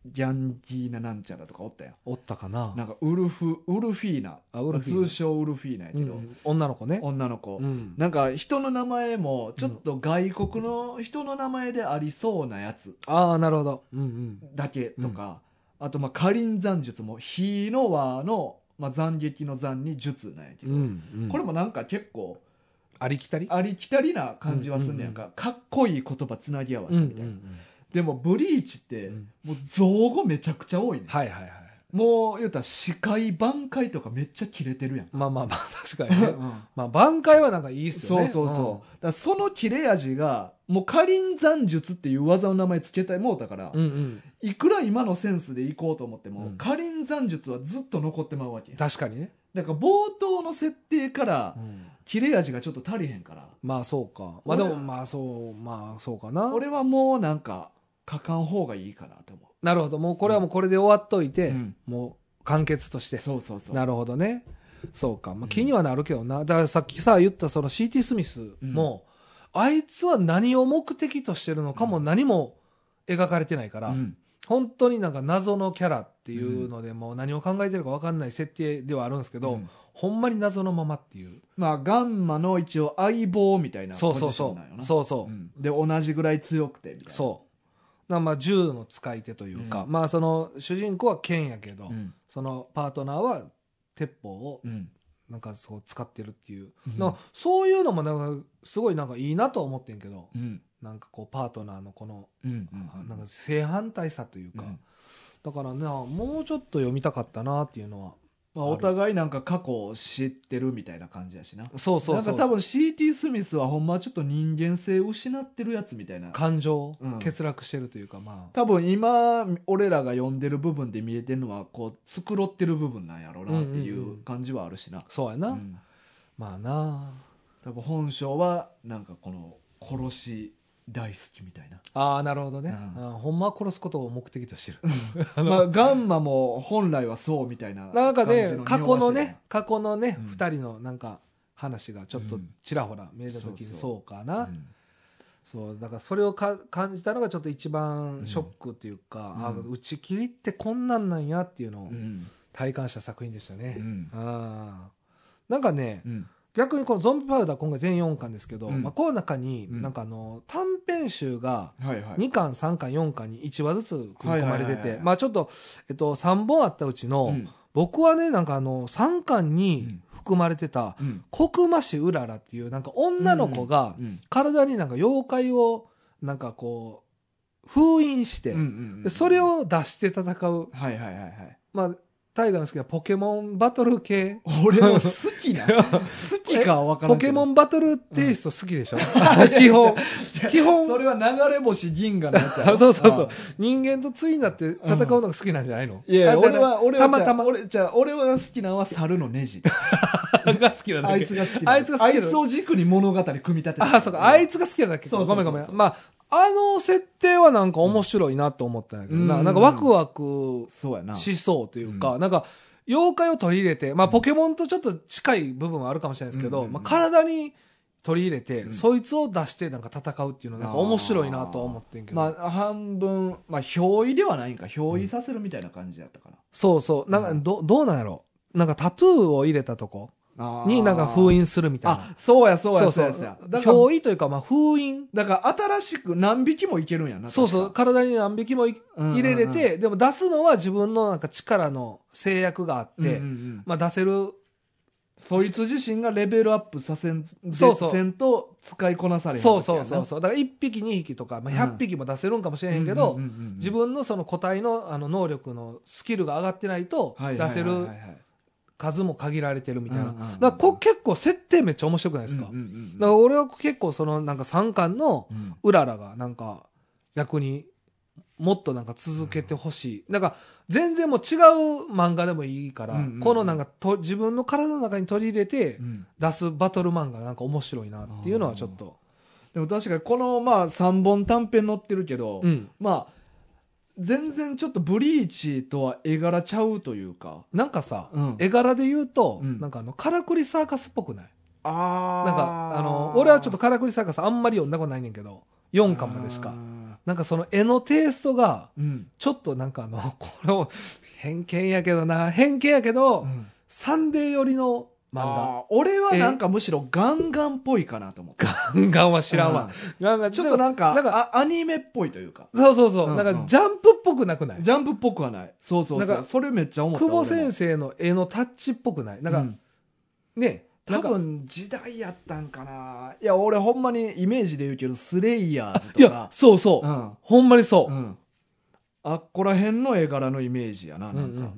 ギャンギーナなんちゃらとかおったやん。 おったかな。 なんかウルフウルフィーナ、 あウルフィーナ通称ウルフィーナやけど、 うん、女の子ね。 女の子、 うん、 なんか人の名前もちょっと外国の人の名前でありそうなやつああなるほど、うんうん、 だけとか、うん、あとまあかりん山術も火の輪の、まあ、斬撃の斬に術なんやけど、うんうん、これもなんか結構ありきたりありきたりな感じはすんねやんか、うんうんうん、かっこいい言葉つなぎ合わせてみたいな、うんうんうん、でもブリーチってもう造語めちゃくちゃ多いね、 はいはいはい、 もう言うたら視界挽回とかめっちゃ切れてるやん。まあまあまあ確かにね、うん、まあ挽回はなんかいいっすよね。 そうそうそう、うん、だからその切れ味がもうかりん山術っていう技の名前つけたもうだから、うんうん、いくら今のセンスでいこうと思ってもかりん山術はずっと残ってまうわけ。 確かにね。 だから冒頭の設定から切れ味がちょっと足りへんから、うん、 まあそうか、まあでもまあそうまあそうかな。 俺はもうなんか書かん方がいいかなと思う。 なるほど、もうこれはもうこれで終わっといて、うん、もう完結として。 そうそうそう。 なるほどね。そうか、まあ、気にはなるけどな。だからさっきさ言ったその シーティー スミスも、うん、あいつは何を目的としてるのかも何も描かれてないから、うん、本当になんか謎のキャラっていうので、もう何を考えてるか分かんない設定ではあるんですけど、うん、ほんまに謎のままっていう。 まあガンマの一応相棒みたいなポジションなんよな。 そうそうそう。そうそう、 うん、で同じぐらい強くてみたいな。 そう。まあ銃の使い手というか、うん、まあその主人公は剣やけど、うん、そのパートナーは鉄砲をなんかそう使ってるっていう、うん、なんかそういうのもなんかすごいなんかいいなと思ってんけど、うん、なんかこうパートナーのこの、うんうん、なんか正反対さというか、うん、だからねもうちょっと読みたかったなっていうのは。 まあ、お互いなんか過去を知ってるみたいな感じやしな。 そうそうそう。 なんか多分 シーティー スミスはほんまはちょっと人間性失ってるやつみたいな。 感情、うん、欠落してるというか、まあ。 多分今俺らが読んでる部分で見えてるのはこう繕ってる部分なんやろうなっていう感じはあるしな。うんうんうん、 そうやな。うん、まあな。 多分本性はなんかこの殺し大好きみたいな。 ああなるほどね、うん、あほんまは殺すことを目的としてるまあガンマも本来はそうみたいななんかね過去のね過去のね、うん、ふたりのなんか話がちょっとちらほら見えた時にそうかな、うん、そうだからそれをか感じたのがちょっと一番ショックっていうか、うん、あ打ち切りってこんなんなんやっていうのを体感した作品でしたね、うん、あなんかね、うん逆にこのゾンビパウダー今回全よんかんですけど、うんまあ、この中になんかあの短編集がにかんさんかんよんかんにいちわずつ組み込まれててまあちょっと、えっと、さんぼんあったうちの、うん、僕はねなんかあのさんかんに含まれてた「コクマシウララ」っていうなんか女の子が体になんか妖怪をなんかこう封印してでそれを出して戦う。 はいはいはいはいまあタイガーの好きなポケモンバトル系俺も好きな好きかは分からんポケモンバトルテイスト好きでしょ、うん、基本基本それは流れ星銀河のやつやろそうそうそう人間と対になって戦うのが好きなんじゃないの、 うん、いや俺は俺はたまたま俺じゃあ俺は好きなのは猿のネジが好きなだけあいつが好きなあいつが好きなあいつを軸に物語組み立ててあそうかあいつが好きなだけそうそうそうそうごめんごめんまああの設定はなんか面白いなと思ったんだけどな、うん、なんかワクワクしそうというか、うん、なんか妖怪を取り入れて、まあポケモンとちょっと近い部分はあるかもしれないですけど、うんうんうんまあ、体に取り入れて、うん、そいつを出してなんか戦うっていうのはなんか面白いなとは思ってんけど。 まあ半分、まあ憑依ではないんか、憑依させるみたいな感じだったかな。うん、 そうそう。なんかど、どうなんやろなんかタトゥーを入れたとこになんか封印するみたいな。 あ、そうやそうやそうやそうや。 憑依というかまあ封印。 だから新しく何匹もいけるんやな。 そうそう。体に何匹も入れれて、うんうんうん、でも出すのは自分のなんか力の制約があって、うんうんうん、まあ出せる。 そいつ自身がレベルアップさせん、そうそうせんと使いこなされへん。 そうそうそうそう。だからいっぴきにひきとか、まあ、ひゃっぴきも出せるんかもしれへんけど、自分のその個体のあの能力のスキルが上がってないと出せる数も限られてるみたいな。だからこ結構設定めっちゃ面白くないですか。だから俺は結構そのなんかさんかんのうららがなんか逆にもっとなんか続けてほしい。なんか全然もう違う漫画でもいいから、うんうんうん、このなんかと自分の体の中に取り入れて出すバトル漫画なんか面白いなっていうのはちょっと。 でも確かにこのまあさんぼん短編載ってるけど、うん、まあ全然ちょっとブリーチとは絵柄ちゃうというか。 なんかさ、うん、絵柄で言うと、うん、なんかあのカラクリサーカスっぽくない？ あなんかあの俺はちょっとカラクリサーカスあんまり読んだことないねんけどよんかんまでしか。 なんかその絵のテイストがうんちょっとなんかあのこれ偏見やけどな偏見やけど、 うん、 サンデー寄りの漫画。 俺はなんかむしろガンガンっぽいかなと思ってガンガンは知らんわ、うん、ガンガンちょっとなんかなんかあアニメっぽいというか、 そうそうそう、 うんうん、 なんかジャンプっぽくなくない？ ジャンプっぽくはない。そうそうそう、 なんかそれめっちゃ思った。 久保先生の絵のタッチっぽくない？なんか、うん、ね多分時代やったんかな。いや俺ほんまにイメージで言うけどスレイヤーズとか、 いやそうそう、うん、ほんまにそう、うん、 あっこら辺の絵柄のイメージやな。なんか、うんうんうん、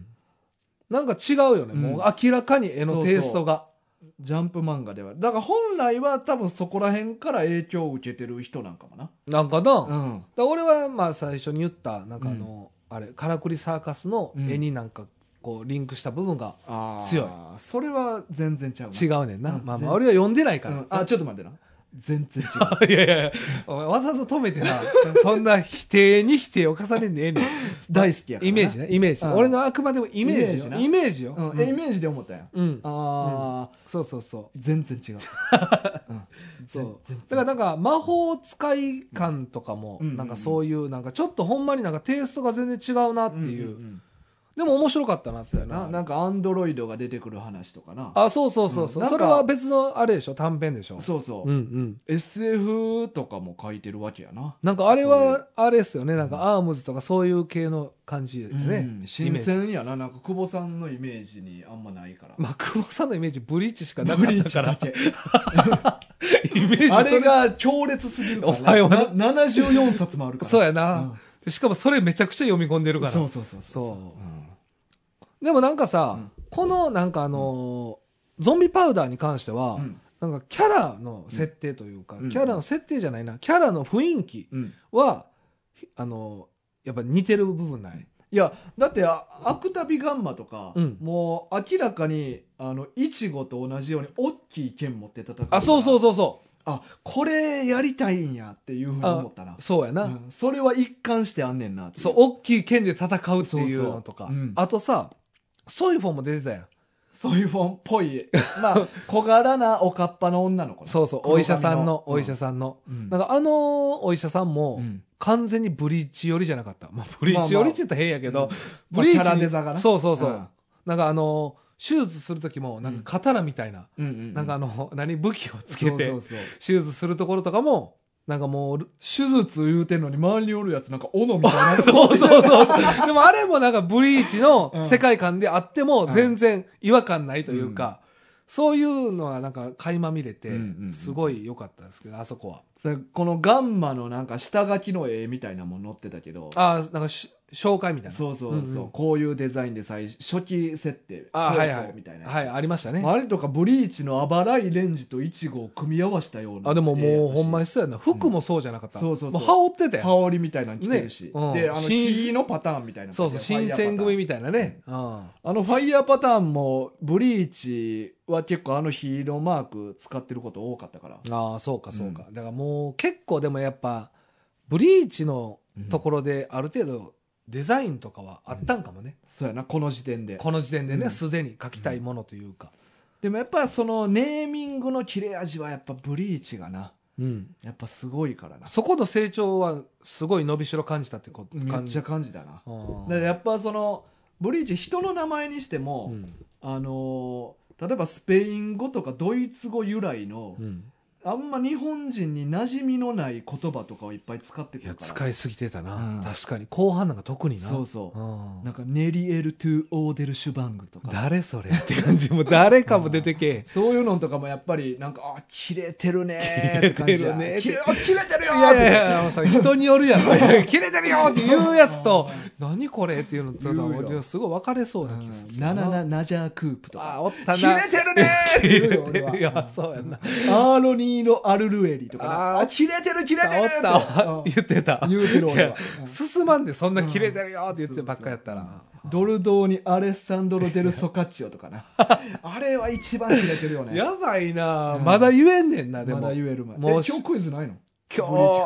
なんか違うよね、うん、もう明らかに絵のテイストが。 そうそうジャンプ漫画ではだから本来は多分そこら辺から影響を受けてる人なんかもな。 なんかな、うん、だ俺はまあ最初に言ったなんかあの、うん、あれカラクリサーカスの絵になんかこうリンクした部分が強い、 うん、それは全然ちゃうな。 違うねんな、うん、まあまあ俺は読んでないから、うん、 あちょっと待ってな全然違ういやいやいやお前わざわざ止めてなそんな否定に否定を重ねんでええねん大好きやからイメージねイメージ、うん、俺のあくまでもイメージよイメージよ、 うんうん、イメージで思ったやん、うん、ああ、 うん、そうそうそう全然違う、 うん、そうだからなんか魔法使い感とかもなんかそういうなんかちょっとほんまになんかテイストが全然違うなっていう、うんうんうん、でも面白かったなってな。なんかアンドロイドが出てくる話とかな。 あ、そうそうそうそう、うん、それは別のあれでしょ、短編でしょ。 そうそう、 うんうん、 エスエフ とかも書いてるわけやな。 なんかあれはあれですよね、なんかアームズとかそういう系の感じでね、 うん、新鮮やな。なんか久保さんのイメージにあんまないから。 まあ久保さんのイメージブリーチしかなかったからイメージあれが強烈すぎるからな。ななじゅうよんさつもあるから。 そうやな、うん、しかもそれめちゃくちゃ読み込んでるから。 そうそうそうそう、 そう、うんでもなんかさ、うん、このなんかあのーうん、ゾンビパウダーに関しては、うん、なんかキャラの設定というか、うん、キャラの設定じゃないな、キャラの雰囲気は、うん、あのー、やっぱ似てる部分ない？ いやだってアクタビガンマとか、うん、もう明らかにあのイチゴと同じように大きい剣持って戦う。 あ、そうそうそうそう。 あ、これやりたいんやっていうふうに思ったな。 そうやな、うん、 それは一貫してあんねんなって。 そう、大きい剣で戦うっていうのとか、そうそう、うん、あとさソイフォンも出てたやん。 ソイフォンっぽいまあ小柄なおかっぱの女の子。 そうそう、お医者さんの、うん、お医者さんの、うん、なんかあのお医者さんも、うん、完全にブリーチ寄りじゃなかった、まあ、ブリーチ寄りって言ったら変やけど、まあまあ、ブリーチ、まあ、キャラデザがな。そうそうそう、うん、なんかあの手術する時もなんか刀みたいな、うん、なんかあの何武器をつけて手術するところとかもなんかもう手術言うてんのに周りにおるやつなんか斧みたいなそうそうそうそうでもあれもなんかブリーチの世界観であっても全然違和感ないというか、うん、そういうのはなんか垣間見れてすごい良かったですけど、あそこはそれこのガンマのなんか下書きの絵みたいなもん載ってたけど、 ああなんかし紹介みたいな。 そうそうそう、うんうん、こういうデザインで最初期設定あはいはいみたいな、はい、ありましたね。 あれとかブリーチのあばらいレンジとイチゴを組み合わせたような。 あでももうほんまにそうやな、服もそうじゃなかった、うん、そうそうそう、もう羽織ってたよ、 羽織みたいなの着てるし、ね、うん、であの火のパターンみたいな、 そうそう新選組みたいなね、うん、 あのファイヤーパターンもブリーチは結構あの火のマーク使ってること多かったから。 ああそうかそうか、うん、だからもう結構でもやっぱブリーチのところである程度デザインとかはあったんかもね、 うん、そうやな、この時点でこの時点でねすで、うん、に書きたいものというか、うん、 でもやっぱそのネーミングの切れ味はやっぱブリーチがな、うん、やっぱすごいからな。 そこの成長はすごい伸びしろ感じたってこと。 めっちゃ感じたな。だからやっぱそのブリーチ人の名前にしても、うん、あの例えばスペイン語とかドイツ語由来の、うんあんま日本人に馴染みのない言葉とかをいっぱい使ってくるから。 いや使いすぎてたな、うん、確かに後半なんか特にな。 そうそう、うん、なんかネリエル・トゥ・オーデル・シュバングとか誰それって感じも誰かも出てけそういうのとかもやっぱりなんかあ切れてるねーって感じや切れてるね切れてるよーいやいやいやそれ人によるやん切れてるよーっていうやつと何これっていうのとすごい分かれそうな気がする。 ナナナナジャークープとかあおったな切れてるねーって言うよ俺は。いやそうやんなアーロニーのアルルエリとかなあ切れてる切れてるって言ってた言うてる俺は進まんでそんな切れてるよって言ってばっかやったらドルドーニ・アレッサンドロ・デル・ソカッチオとかなあれは一番切れてるよね。 やばいな、うん、まだ言えんねんな。でもまだ言えるまで。 もう今日クイズないの？ 今日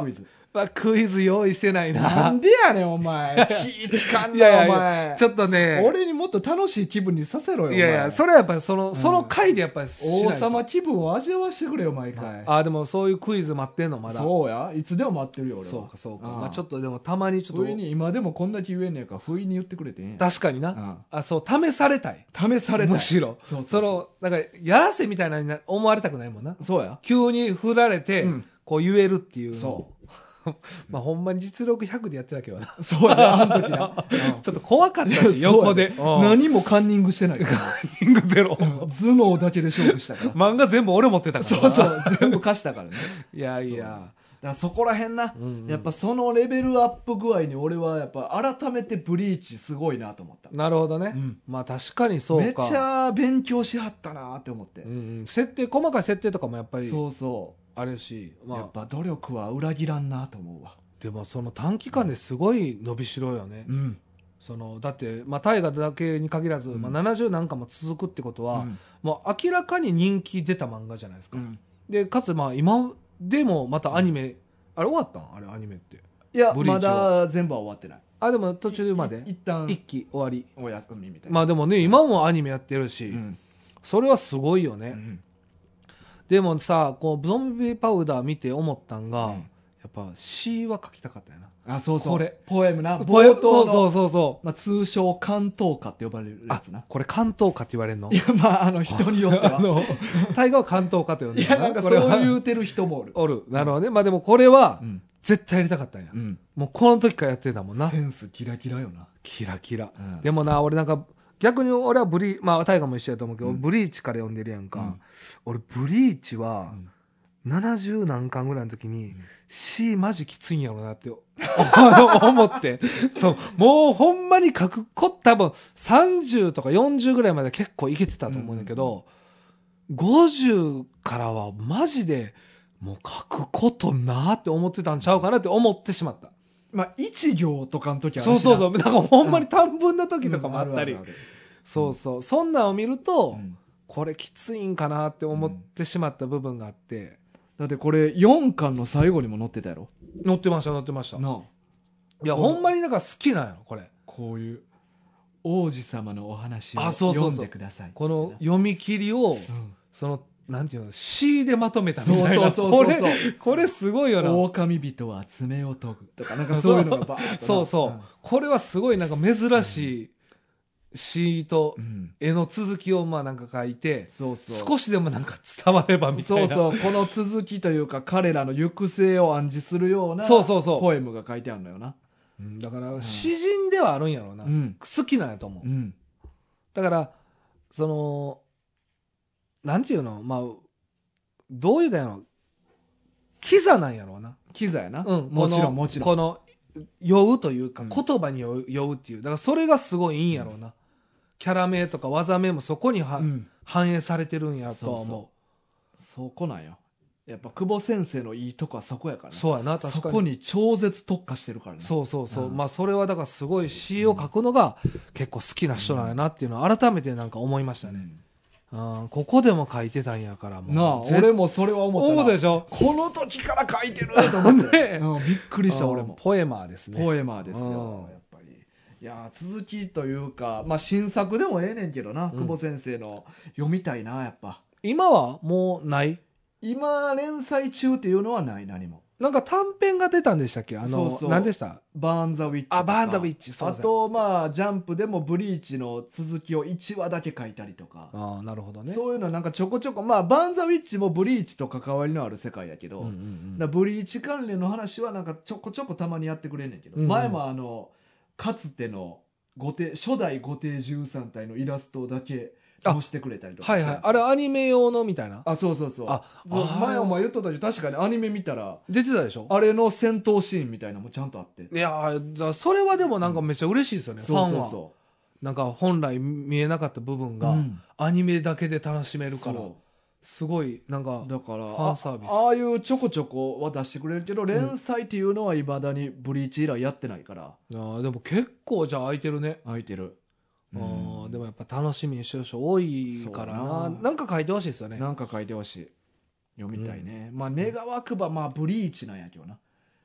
まあ、クイズ用意してないな。 なんでやねん、お前。気ぃつかんな、 いやいやいやお前。 ちょっとね。 俺にもっと楽しい気分にさせろよ、 いやいや、それはやっぱりその、うん、その回でやっぱり王様気分を味わわしてくれよ、毎回。 ああ、でもそういうクイズ待ってんの、まだ。 そうや。いつでも待ってるよ、俺は。 そうか、そうか。まあちょっとでもたまにちょっと。 不意に、今でもこんだけ言えんねんから、不意に言ってくれてんや。 確かにな。あ、そう、試されたい。 試されたい。 むしろ。そうそうそう。その、なんか、やらせみたいな思われたくないもんな。 そうや。 急に振られて、うん、こう言えるっていうの。 そう。 まあほんまに実力ひゃくでやってたけどな。 そうやね、あの時な。 ちょっと怖かったし、横で。 何もカンニングしてない。カンニングゼロ。 頭脳だけで勝負したから。 漫画全部俺持ってたから。 そうそう、全部貸したからね。 いやいや。 だからそこら辺な、うんうん、やっぱそのレベルアップ具合に俺はやっぱ改めてブリーチすごいなと思った。 なるほどね。うん、まあ確かにそうか。 めっちゃ勉強しはったなって思って。 うんうん、設定、細かい設定とかもやっぱり。 そうそう。 あれし、 まあ、やっぱ努力は裏切らんなと思うわ。 でもその短期間ですごい伸びしろよね。うん、そのだって、まあ、大河だけに限らず、うん、まあ、ななじゅうなんかも続くってことは、うん、もう明らかに人気出た漫画じゃないですか。うん、でかつまあ今でもまたアニメ、あれ終わったんあれアニメって。 いやまだ全部は終わってない。 あでも途中まで一旦一期終わりお休みみたいな。 まあでもね今もアニメやってるし、うん、それはすごいよね。うん、でもさこうゾンビパウダー見て思ったんが、うん、やっぱ詩は書きたかったよな。 あ、そうそう。 これ。 ポエムな。 ポエム、そうそうそうそう。 まあ、通称関東歌って呼ばれるやつな。 これ関東歌って言われるの？ いや、まあ、あの、人によっては。あの、 大河は関東歌って呼んでる。 いや、なんかそう言うてる人もおる。 おる。なるほどね。まあでもこれは、絶対やりたかったんや。うん、もうこの時からやってたもんな。 センスキラキラよな。 キラキラ。うん、でもな、俺なんか、逆に俺はブリ、まあ大河も一緒やと思うけど、うん、ブリーチから読んでるやんか。うん、俺、ブリーチは、うんななじゅう何巻ぐらいの時に、うん、詩マジきついんやろうなって思って。そう。もうほんまに書くこ、多分さんじゅうとかよんじゅうぐらいまで結構いけてたと思うんだけど、うん、ごじゅうからはマジでもう書くことなーって思ってたんちゃうかなって思ってしまった。 まあ、一行とかの時はそうそうそう。なんかほんまに短文の時とかもあったり。うん、そうそう。そんなんを見ると、うん、これきついんかなって思ってしまった部分があって、 だってこれよんかんの最後にも載ってたやろ。 載ってました載ってましたなあ。 いやほんまになんか好きなんやろこれ。 こういう王子様のお話を読んでください。 この読み切りを、うん、そのなんていうの詩でまとめたみたいな。そうそうそうそう。これこれすごいよな。 狼人は爪を研ぐとかなんかそういうのがバーッと。 そうそう、うん、これはすごいなんか珍しい、うん詩と絵の続きをまあなんか書いて、そうそう少しでもなんか伝わればみたいな。 そうそうこの続きというか彼らの行く末を暗示するようなポエムが書いてあるのよな。 うん、だから詩人ではあるんやろうな、うん、好きなんやと思う、うん、だからそのなんていうのまあどういうだろうキザなんやろうな。 キザやな、 うん、もちろんもちろんこの酔うというか、うん、言葉に酔う、酔うっていうだからそれがすごいいいんやろうな、うん、キャラ名とか技名もそこには、うん、反映されてるんやとは思う。そうそうそこなんよやっぱ久保先生のいいとこはそこやから、ね、 そうやな確かにそこに超絶特化してるからね。 そうそうそう、うん、まあそれはだからすごい詩を書くのが結構好きな人なんやなっていうのを改めてなんか思いましたね、うんうん、ここでも書いてたんやからもうなあ俺もそれは思ったな。 思ったでしょこの時から書いてると思って、うん、びっくりした俺も。 ポエマーですね。 ポエマーですよやっぱり。いや続きというか、まあ、新作でもええねんけどな、うん、久保先生の読みたいなやっぱ。 今はもうない？ 今連載中っていうのはない。何もなんか短編が出たんでしたっけ。あのそうそう何でした？ バーン・ザ・ウィッチ。 あバーン・ザ・ウィッチ。 そうそうあとまあジャンプでもブリーチの続きをいちわだけ書いたりとか。 あなるほどね。 そういうのなんかちょこちょこまあバーン・ザ・ウィッチもブリーチと関わりのある世界やけど、うんうんうん、だブリーチ関連の話はなんかちょこちょこたまにやってくれんねんけど、うんうん、前もあのかつての後手初代後手じゅうさん体のイラストだけ押してくれたりとか。 はいはい。あれアニメ用のみたいな。 あ、そうそうそう。あ、前お前言っとったけど確かにアニメ見たら出てたでしょ。 あれの戦闘シーンみたいなのもちゃんとあって。 いやじゃあそれはでもなんかめっちゃ嬉しいですよね。うん、ファンは。そうそうそう。なんか本来見えなかった部分がアニメだけで楽しめるから。うん、すごいなんかだからファンサービスあ, ああいうちょこちょこは出してくれるけど、連載っていうのはいまだにブリーチ以来やってないから。 うん、あでも結構じゃあ空いてるね。 空いてる。 うん、でもやっぱ楽しみにしてる人多いからな。なんか書いてほしいですよね。 なんか書いてほしい。読みたいね、うん、まあ願わくばまあブリーチなんやけどな。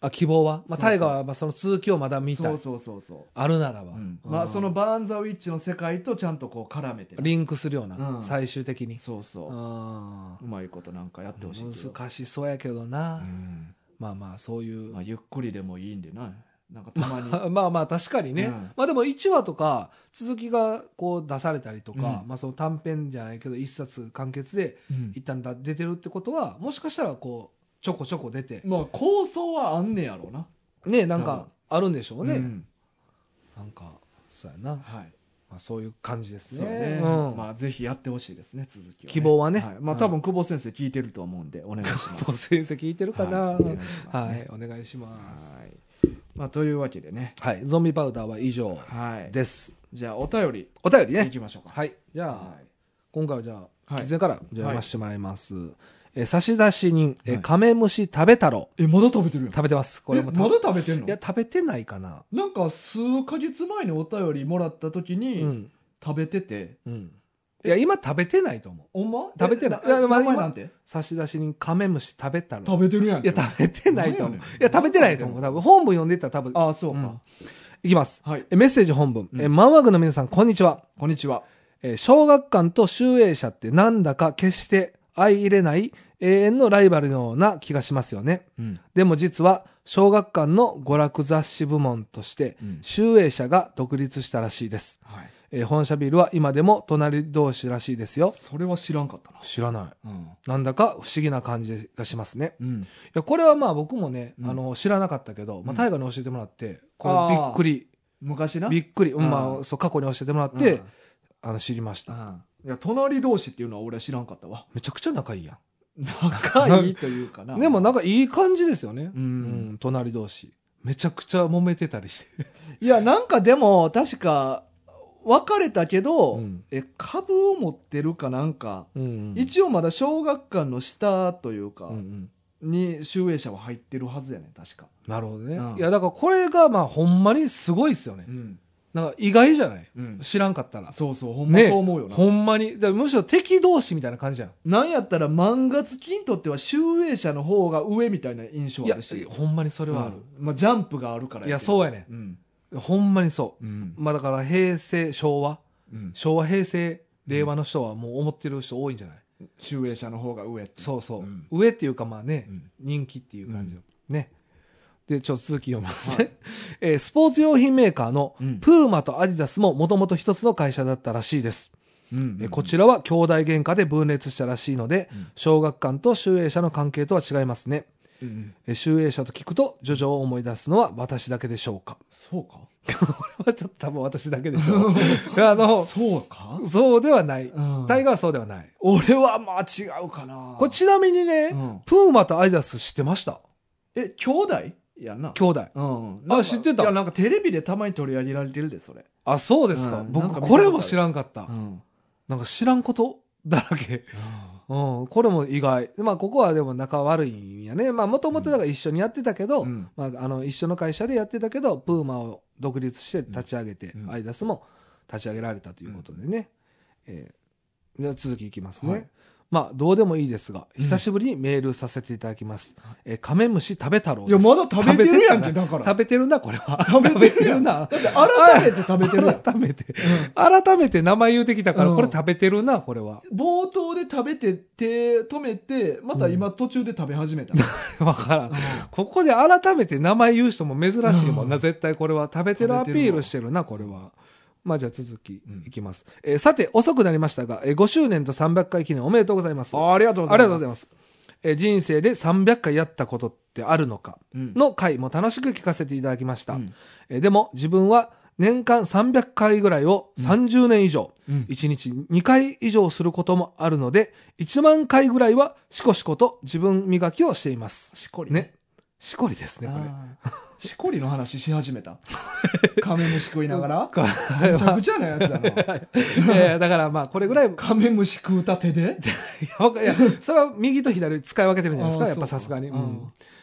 あ、希望はまあ、 そうそうタイガーはまあその続きをまだ見たい。 そうそうそうそうあるならば。 うんまあ、そのバーン・ザ・ウィッチの世界とちゃんとこう絡めてなリンクするような、 うん最終的に。 そうそうあうまいことなんかやってほしいけど、 難しそうやけどな。 うんまあまあ、そういう。 まあ、ゆっくりでもいいんでななんかたまにまあまあ確かにね、 うんまあでもいちわとか続きがこう出されたりとか、 うんまあその短編じゃないけど一冊完結でうん一旦だ出てるってことはもしかしたらこうちょこちょこ出てまあ構想はあんねやろうなねなんかあるんでしょうね、 うんなんかそうやな、 はいまあ、そういう感じですそうねね、 うんまあぜひやってほしいですね続きはね希望はねいまあ多分久保先生聞いてると思うんでお願いしまもうす先生聞いてるかな、 はいお願いしますはねいお願いしますはいまあというわけでねはいゾンビパウダーは以上はいです、 じゃあお便りお便りねいきましょうかはいじゃあ、 はい今回はじゃあ、 はいキツネからじゃあ読ませてもらいます。えー差出人、えーはいカメムシ食べ太郎。 えまだ食べてるやん食べてます。これもえまだ食べてんのいや、食べてないかな。 なんか数ヶ月前にお便りもらった時に、 うん。 食べててうん。いや、今食べてないと思う。 ほんま食べてないえいやまあ名前なんて差出人、カメムシ食べ太郎。 食べてるやんいや、食べてないと思う。い何やねんや、食べてないと思う。多分、本文読んでたら多分。 ああそうか、 うんいきます。 はいえメッセージ本文。 うんえマンワグの皆さん、こんにちは。 こんにちはえー小学館と集英社ってなんだか決して相入れない永遠のライバルのような気がしますよね。 うんでも実は小学館の娯楽雑誌部門としてうん集英社が独立したらしいです。 はいえー本社ビルは今でも隣同士らしいですよ。 それは知らんかったな知らない。 うんなんだか不思議な感じがしますね。 うんいやこれはまあ僕もね、 うんあの知らなかったけど、まあ、 うん大河に教えてもらって、これびっくり、 昔なびっくり、うんうんまあ、そう過去に教えてもらっうんて、あの知りました。 うんいや隣同士っていうのは俺は知らんかったわめちゃくちゃ仲いいや仲いいというかなん。でもなんかいい感じですよね。 ううんん、隣同士。めちゃくちゃ揉めてたりして。 いやなんかでも確か別れたけど、 うんえ株を持ってるかなんか、 うん一応まだ小学館の下というか、 うんうんに集英社は入ってるはずやね確か、 なるほどね、 うんいやだからこれがまあほんまにすごいですよね、 うんなんか意外じゃない、 うん、 知らんかったらそうそうほんまねそう思うよな、 ほんまにだからむしろ敵同士みたいな感じじゃんなんやったら漫画好きにとっては集英社の方が上みたいな印象いやあるしほんまにそれはある、 うんまあ、ジャンプがあるからいやそうやねうんほんまにそううんまあだから平成昭和うん昭和平成令和の人はもう思ってる人多いんじゃない、 集英社の方が上ってそうそう、 ん上っていうかまあね、 うん人気っていう感じの、ねでちょっと続き読みますね、えースポーツ用品メーカーのうんプーマとアディダスももともと一つの会社だったらしいです、 うんえーこちらは兄弟喧嘩で分裂したらしいので、 うん小学館と集英社の関係とは違いますね、 うんえー集英社と聞くとジョジョを思い出すのは私だけでしょうかそうかこれはちょっと多分私だけでしょうあのそうか、 そうではないうんタイガーはそうではない俺はまあ違うかなこれちなみにね、 うんプーマとアディダス知ってましたえ兄弟やな兄弟うん、 あ知ってたいやなんかテレビでたまに取り上げられてるでそれ、 あそうですか、 うんなん僕か見たことあるこれも知らんかった、 うんなんか知らんことだらけうん、これも意外。まあ、ここはでも仲悪いんやね。まあ、もともとだから一緒にやってたけど、 うんまあ、あの、一緒の会社でやってたけど、プーマを独立して立ち上げて、 うんアイダスも立ち上げられたということでね。えーでは続きいきますね。 はいまあ、どうでもいいですが、 うん久しぶりにメールさせていただきます。えーカメムシ食べ太郎いやです。 まだ食べてるやんけ食べだから食べてるな、これは。 食べてるやんな。 だって改めて食べてるやん改めて。改めて名前言うてきたから、 うんこれ食べてるな、これは。 冒頭で食べて手止めてまた今途中で食べ始めた、 わからん。 うんここで改めて名前言う人も珍しいもんな、 うん絶対これは。食べてるアピールしてるな、これは。まあじゃあ続きいきます。えーさて、遅くなりましたが、えーごしゅうねんとさんびゃっかい記念おめでとうございます。 あありがとうござあいますりがとうございます。えー人生でさんびゃっかいやったことってあるのかうんの回も楽しく聞かせていただきました。 うんえーでも自分は年間さんびゃっかいぐらいをさんじゅうねん以上、 うんいちにちにかい以上することもあるので、いちまんかいぐらいはしこしこと自分磨きをしています。 しこりね。しこりですね、これ。 あーしこりの話し始めたカメムシ食いながらこれめちゃくちゃなやつやないやいやだからまあこれぐらいカメムシ食うた手でいやわかいやそれは右と左使い分けてるんじゃないですかあーやっぱさすがに、 そうかうん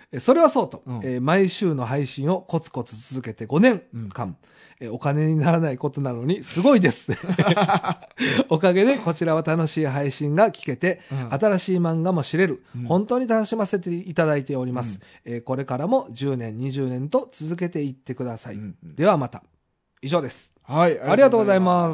それはそうと、 うんえー毎週の配信をコツコツ続けてごねんかん、うんえーお金にならないことなのにすごいです。おかげでこちらは楽しい配信が聞けて、うん、新しい漫画も知れる、うん、本当に楽しませていただいております、うんえー、これからもじゅうねんにじゅうねんと続けていってください、うんうん、ではまた。以上です。 はい、 ありがとうございます。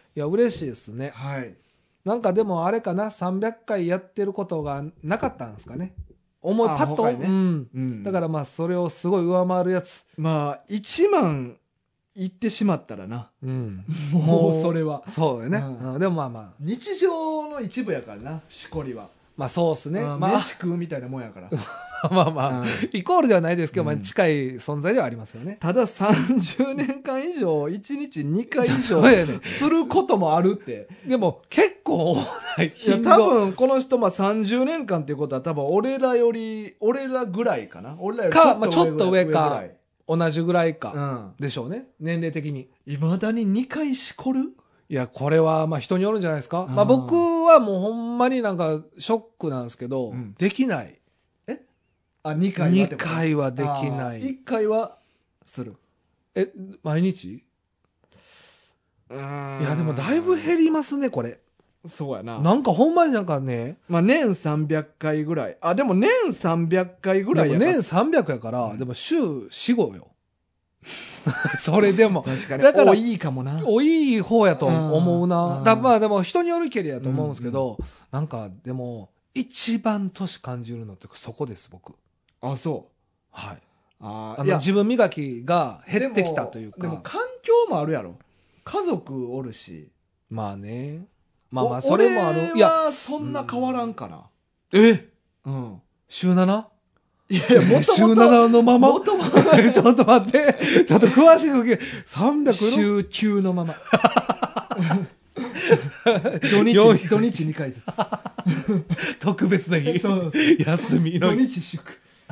いや嬉しいですね。 はい。 なんかでもあれかな、さんびゃっかいやってることがなかったんですかね。思いパッと、ねうんうん、だからまあそれをすごい上回るやつ。 まあいちまんいってしまったらな、うん、もうそれはそうよね、うん、でもまあまあ日常の一部やからな、しこりは。 まあそうっすね、まあ、 飯食うみたいなもんやからまあまあ、うん、イコールではないですけど、まあ、近い存在ではありますよね。 たださんじゅうねんかん以上いちにちにかい以上することもあるってでも結構ないいや多分この人まあさんじゅうねんかんっていうことは多分俺らより俺らぐらいかな、俺らよりちょっと上か同じぐらいかでしょうね、うん、年齢的に。 いまだににかいしこる。 いやこれはまあ人によるんじゃないですか。まあ、僕はもうほんまになんかショックなんですけど、うん、できない。 えあにかいはにかいはできない。 いっかいはする。 え毎日。うーんいやでもだいぶ減りますねこれ。 そうやな。 なんかほんまになんかね、 まあ年さんびゃっかいぐらい。あでも年さんびゃっかいぐらいやから。でも年さんびゃくやから、うん、でも週よん、ごよ。それでも確かにだから多いかもな。 多い方やと思うな。だまあでも人によるけりやと思うんですけど、うんうん、なんかでも一番年感じるのってそこです僕。 あそう。 はい。ああの自分磨きが減ってきたというか。 でも、でも環境もあるやろ。家族おるし。 まあね。まあまあそれもある。 いやそんな変わらんかな。 うん、え？ うん。 週 なな？ いやいや、もともと。 週ななのままもともと。 ちょっと待って。ちょっと詳しく聞け。さんびゃくの週きゅうのまま。土日、土日にかいずつ。 特別な日。そう休みの日。土日祝。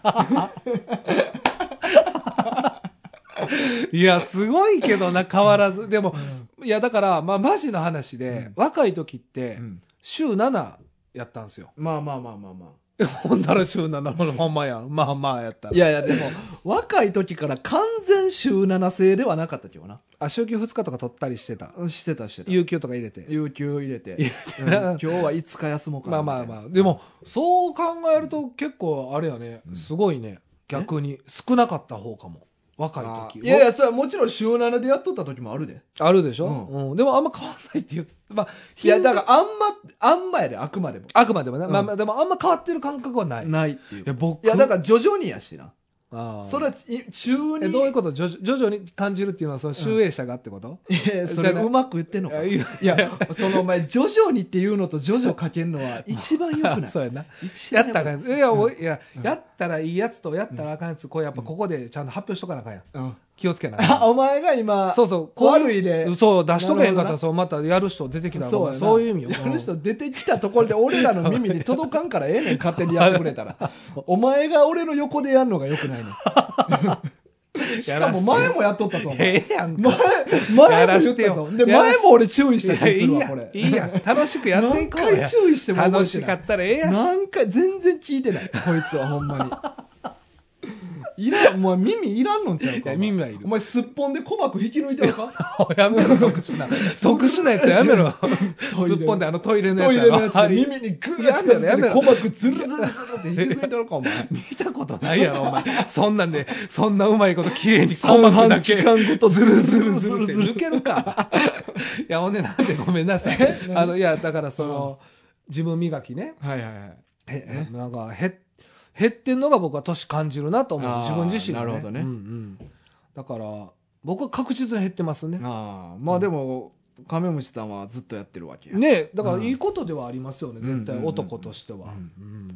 いや、すごいけどな、変わらず。でも、うん、いや、だから、まあ、マジの話で、うん、若い時って、週ななやったんですよ。 まあまあまあまあまあ。 ほんだら週ななのまんまやん。まあまあやったら。 いやいや、でも、若い時から完全週なな制ではなかったけどな。 あ、週休ふつかとか取ったりしてた。 してたしてた。 有給とか入れて。 有給入れて。入れてうん、今日はいつか休もうかな。 まあまあまあ。でも、そう考えると結構あれやね、すごいね。逆に。少なかった方かも。若い時。 いやいや、それはもちろん週ななでやっとった時もあるで。 あるでしょ、うんうん、でもあんま変わんないっていう。まあ、 いや、だからあんま、あんまやで、あくまでも。 あくまでもね。うん、まあまあ、でもあんま変わってる感覚はない。 ないっていう。 いや、僕。 いや、だから徐々にやしな。 あそれは中にえどういうこと徐々に感じるっていうのはその集英者がってこと、 うん、いやそれうまく言ってんのかいやそのお前徐々にっていうのと徐々かけるのは一番よくないそうやなやったらあかんいや、うん、いや、うん、やったらいいやつとやったらあかんやつこうやっぱここでちゃんと発表しとかなあかんや、うん、気をつけないあお前が今そうそうこう悪いでそう出しとけへんかったらそうまたやる人出てきたらそうそういう意味よやる人出てきたところで俺らの耳に届かんからええねん勝手にやってくれたらお前が俺の横でやるのがよくないねんしかも前もやっとったと思う。 ええやんか。 前、前も言ったぞ。で、前も俺注意した気するわ、これ。 いいやん。楽しくやっていこうや。 何回注意しても楽しかったらええやん。 何回、全然聞いてない。こいつはほんまに。いらん、お前耳いらんのんちゃうか。 耳はいる。 お前すっぽんで鼓膜引き抜いてるかやめろ、特殊な。特殊なやつやめろ。すっぽんであのトイレのやつやろ。 トイレのやつで耳にグーッ近づけて鼓膜ズルズルズルって引き抜いてるか、お前。 見たことないやろ、お前。そんなんで、そんなうまいこと綺麗に鼓膜だけ。 期間ごとズルズルズルズル抜けるか。いや、ほんでなんでごめんなさい。あの、いや、だからその、自分磨きね。 はいはいはい。 へ、なんか、へ、減ってんのが僕は年感じるなと思うんです自分自身が、ね、 なるほどね、 うんうん、だから僕は確実に減ってますねあまあでも、うん、カメムシさんはずっとやってるわけやねだからいいことではありますよね、うん、絶対男としては、うんうん、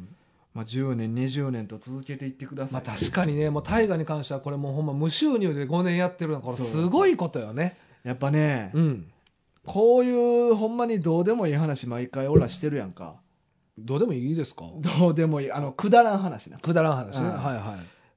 まあ、じゅうねんにじゅうねんと続けていってください、 まあ、確かにねもう大河に関してはこれもうほんま無収入でごねんやってるのこれすごいことよねやっぱね、 うん、 こういうほんまにどうでもいい話毎回俺らしてるやんかどうでもいいですかどうでもいいあのくだらん話なくだらん話ね、はいはい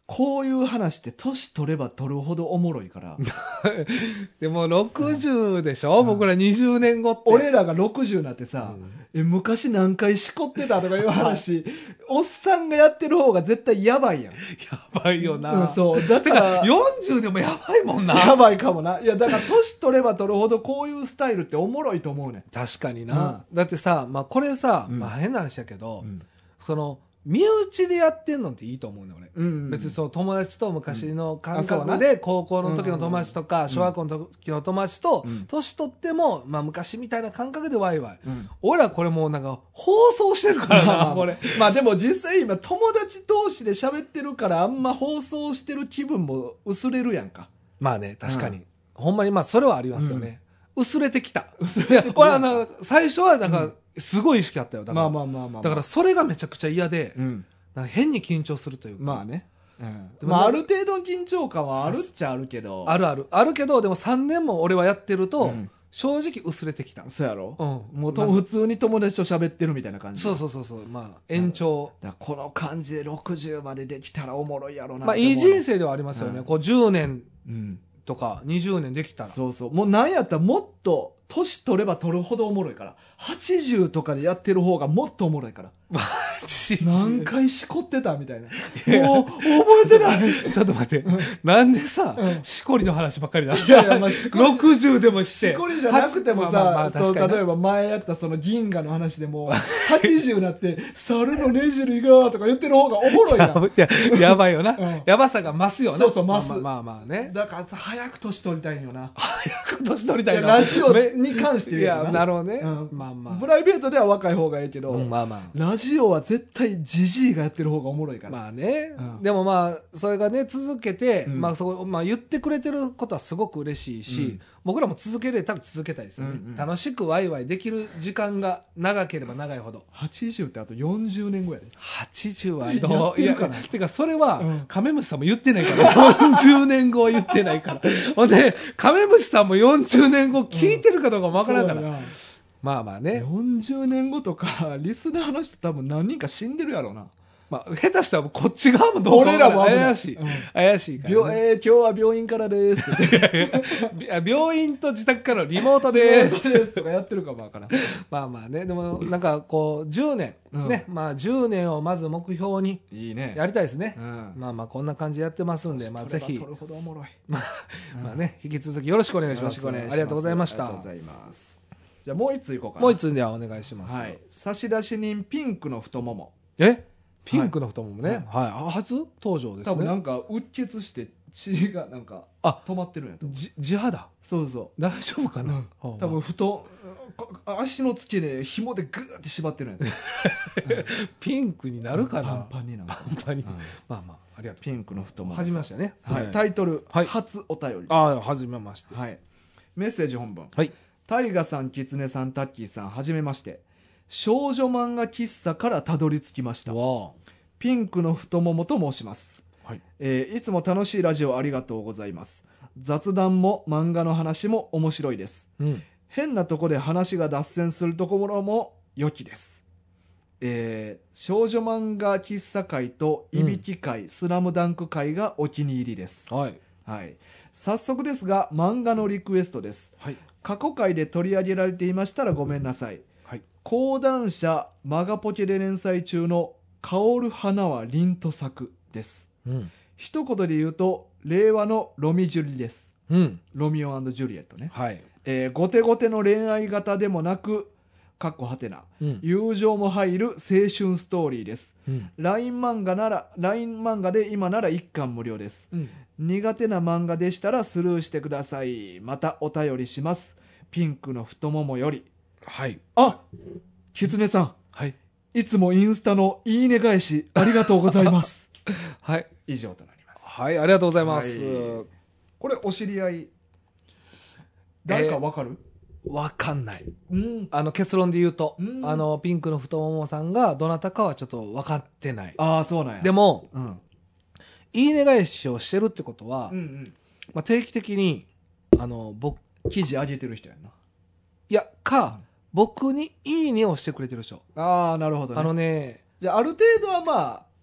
こういう話って年取れば取るほどおもろいからでもろくじゅうでしょ、うん、僕らにじゅうねんごって。 俺らがろくじゅうになってさ、うん、え昔何回しこってたとかいう話おっさんがやってる方が絶対やばいやん。やばいよな、 うん、そうだからよんじゅうでもやばいもんな。 やばいかもな。いやだから年取れば取るほどこういうスタイルっておもろいと思うねん。 確かにな、うん、だってさ、まあ、これさ、うんまあ、変な話やけど、うん、その身内でやってんのっていいと思うね俺、うんうん、別にその友達と昔の感覚で高校の時の友達とか小学校の時の友達と年取っても、まあ、昔みたいな感覚でワイワイ、うん、俺らこれもうなんか放送してるからなこれまあでも実際今友達同士で喋ってるからあんま放送してる気分も薄れるやんか。 まあね確かに、うん、ほんまにまあそれはありますよね、うん、薄れてきた。 薄れてきた。 俺あの最初はなんか、うんすごい意識あったよ。だから、 まあまあまあまあまあ、 だからそれがめちゃくちゃ嫌で、うん、なんか変に緊張するというか。 まあね。うん、まあある程度の緊張感はあるっちゃあるけど。 あるある。あるけど、でもさんねんも俺はやってると、うん、正直薄れてきた。 そうやろ、うん、もうと普通に友達と喋ってるみたいな感じ。 そうそうそうそう。まあ延長。 だこの感じでろくじゅうまでできたらおもろいやろな。 まあいい人生ではありますよね。うん、こうじゅうねんとかにじゅうねんできたら。 そうそう。もうなんやったらもっと、年取れば取るほどおもろいから。はちじゅうとかでやってる方がもっとおもろいから。何回しこってたみたいな。もう覚えてない。 ちょっと待って。なんでさ、うん、しこりの話ばっかりだ。いやいや、まあ、ろくじゅうでもして。 しこりじゃなくてもさ、まあまあまあそう例えば前やったその銀河の話でも、はちじゅうになって、猿のねじりがとか言ってる方がおもろいな。 いや、やばいよな、うん。やばさが増すよな。 そうそう、増す。 まあまあまあね。 だから、早く年取りたいんよな。 早く年取りたいな。 ラジオに関して言うよな。 いや、なるほどね。 うん、まあまあ。プライベートでは若い方がいいけど、 うん、まあまあ。 ラジオは絶対ジジイがやってる方がおもろいから。 まあね。うん、でもまあ、それがね、続けて、うん、まあそこ、まあ言ってくれてることはすごく嬉しいし、うん、僕らも続けれたら続けたいですよね、うんうん。楽しくワイワイできる時間が長ければ長いほど。 はちじゅうってあとよんじゅうねんごやで。 はちじゅうはどういや、てかそれは、うん、カメムシさんも言ってないから。よんじゅうねんごは言ってないから。ほんで、カメムシさんもよんじゅうねんご聞いてるかどうかもわからんから。うんまあまあね。 よんじゅうねんごとか、リスナーの人多分何人か死んでるやろうな。 まあ、下手したらこっち側もどうか俺らも怪しい、うん。怪しいから、 ね。えー、今日は病院からですって。 病院と自宅からのリモートです。 ですとかやってるかもわからん。 まあまあね。でも、なんかこう、じゅうねん、うん。ね。まあ、じゅうねんをまず目標に。 いいね。 やりたいですね。 うん、 まあまあ、こんな感じでやってますんで、まあぜひ。 取るほどおもろい。 まあ、うん、まあね、引き続きよろしくお願いします。よろしくお願いします。ありがとうございました。 ありがとうございます。じゃあもう一ついこうかな。 もう一つではお願いします。 はい。差出人ピンクの太もも。 えピンクの太ももね。はい。はい、初登場ですね。 多分なんか、うっ血して血がなんか、止まってるんやと思う。 じ、地肌そうそう。 大丈夫かな、うん、 多分、太、足の付けで紐でグーって縛ってるんやと思う。ピンクになるかな、 パンパンになる。 パンパンに。うん、まあまあ、ありがとう。 ピンクの太もも。 始めましたね。 はい。タイトル、はい、初お便りです。 ああ、始めまして。 はい。メッセージ本文。 はい。 タイガさん、キツネさん、タッキーさん、はじめまして。少女漫画喫茶からたどり着きました。 わピンクの太ももと申します、 はいえー。いつも楽しいラジオありがとうございます。雑談も漫画の話も面白いです。 うん、 変なとこで話が脱線するところも良きです。えー、少女漫画喫茶会といびき会、うん、スラムダンク会がお気に入りです。 はいはい、早速ですが漫画のリクエストです。 はい、 過去回で取り上げられていましたらごめんなさい。 はい、 講談社マガポケで連載中の香る花は凛と咲くです、 うん、 一言で言うと令和のロミジュリです、 うん、 ロミオ&ジュリエットね、 はいえー、ゴテゴテの恋愛型でもなくかっこはてな、 うん、 友情も入る青春ストーリーです、 うん、 ライン 漫画なら ライン 漫画で今ならいっかん無料です、 うん、 苦手な漫画でしたらスルーしてください。またお便りします。ピンクの太ももより。 はい。 あ、キツネさん、 はい、 いつもインスタのいいね返しありがとうございますはい、 以上となります。 はい、ありがとうございます、 はい、これお知り合い誰かわかる？ えー、わかんない、 うん、 あの結論で言うと、 うん、 あのピンクの太ももさんがどなたかはちょっと分かってない。 ああ、そうなんや。 でも、 うん、 いいね返しをしてるってことは、 うんうん、 まあ、定期的にあの僕記事上げてる人やな。 いやか、僕にいいねをしてくれてる人。 ああ、なるほどね。 あのね、 じゃあある程度はまあ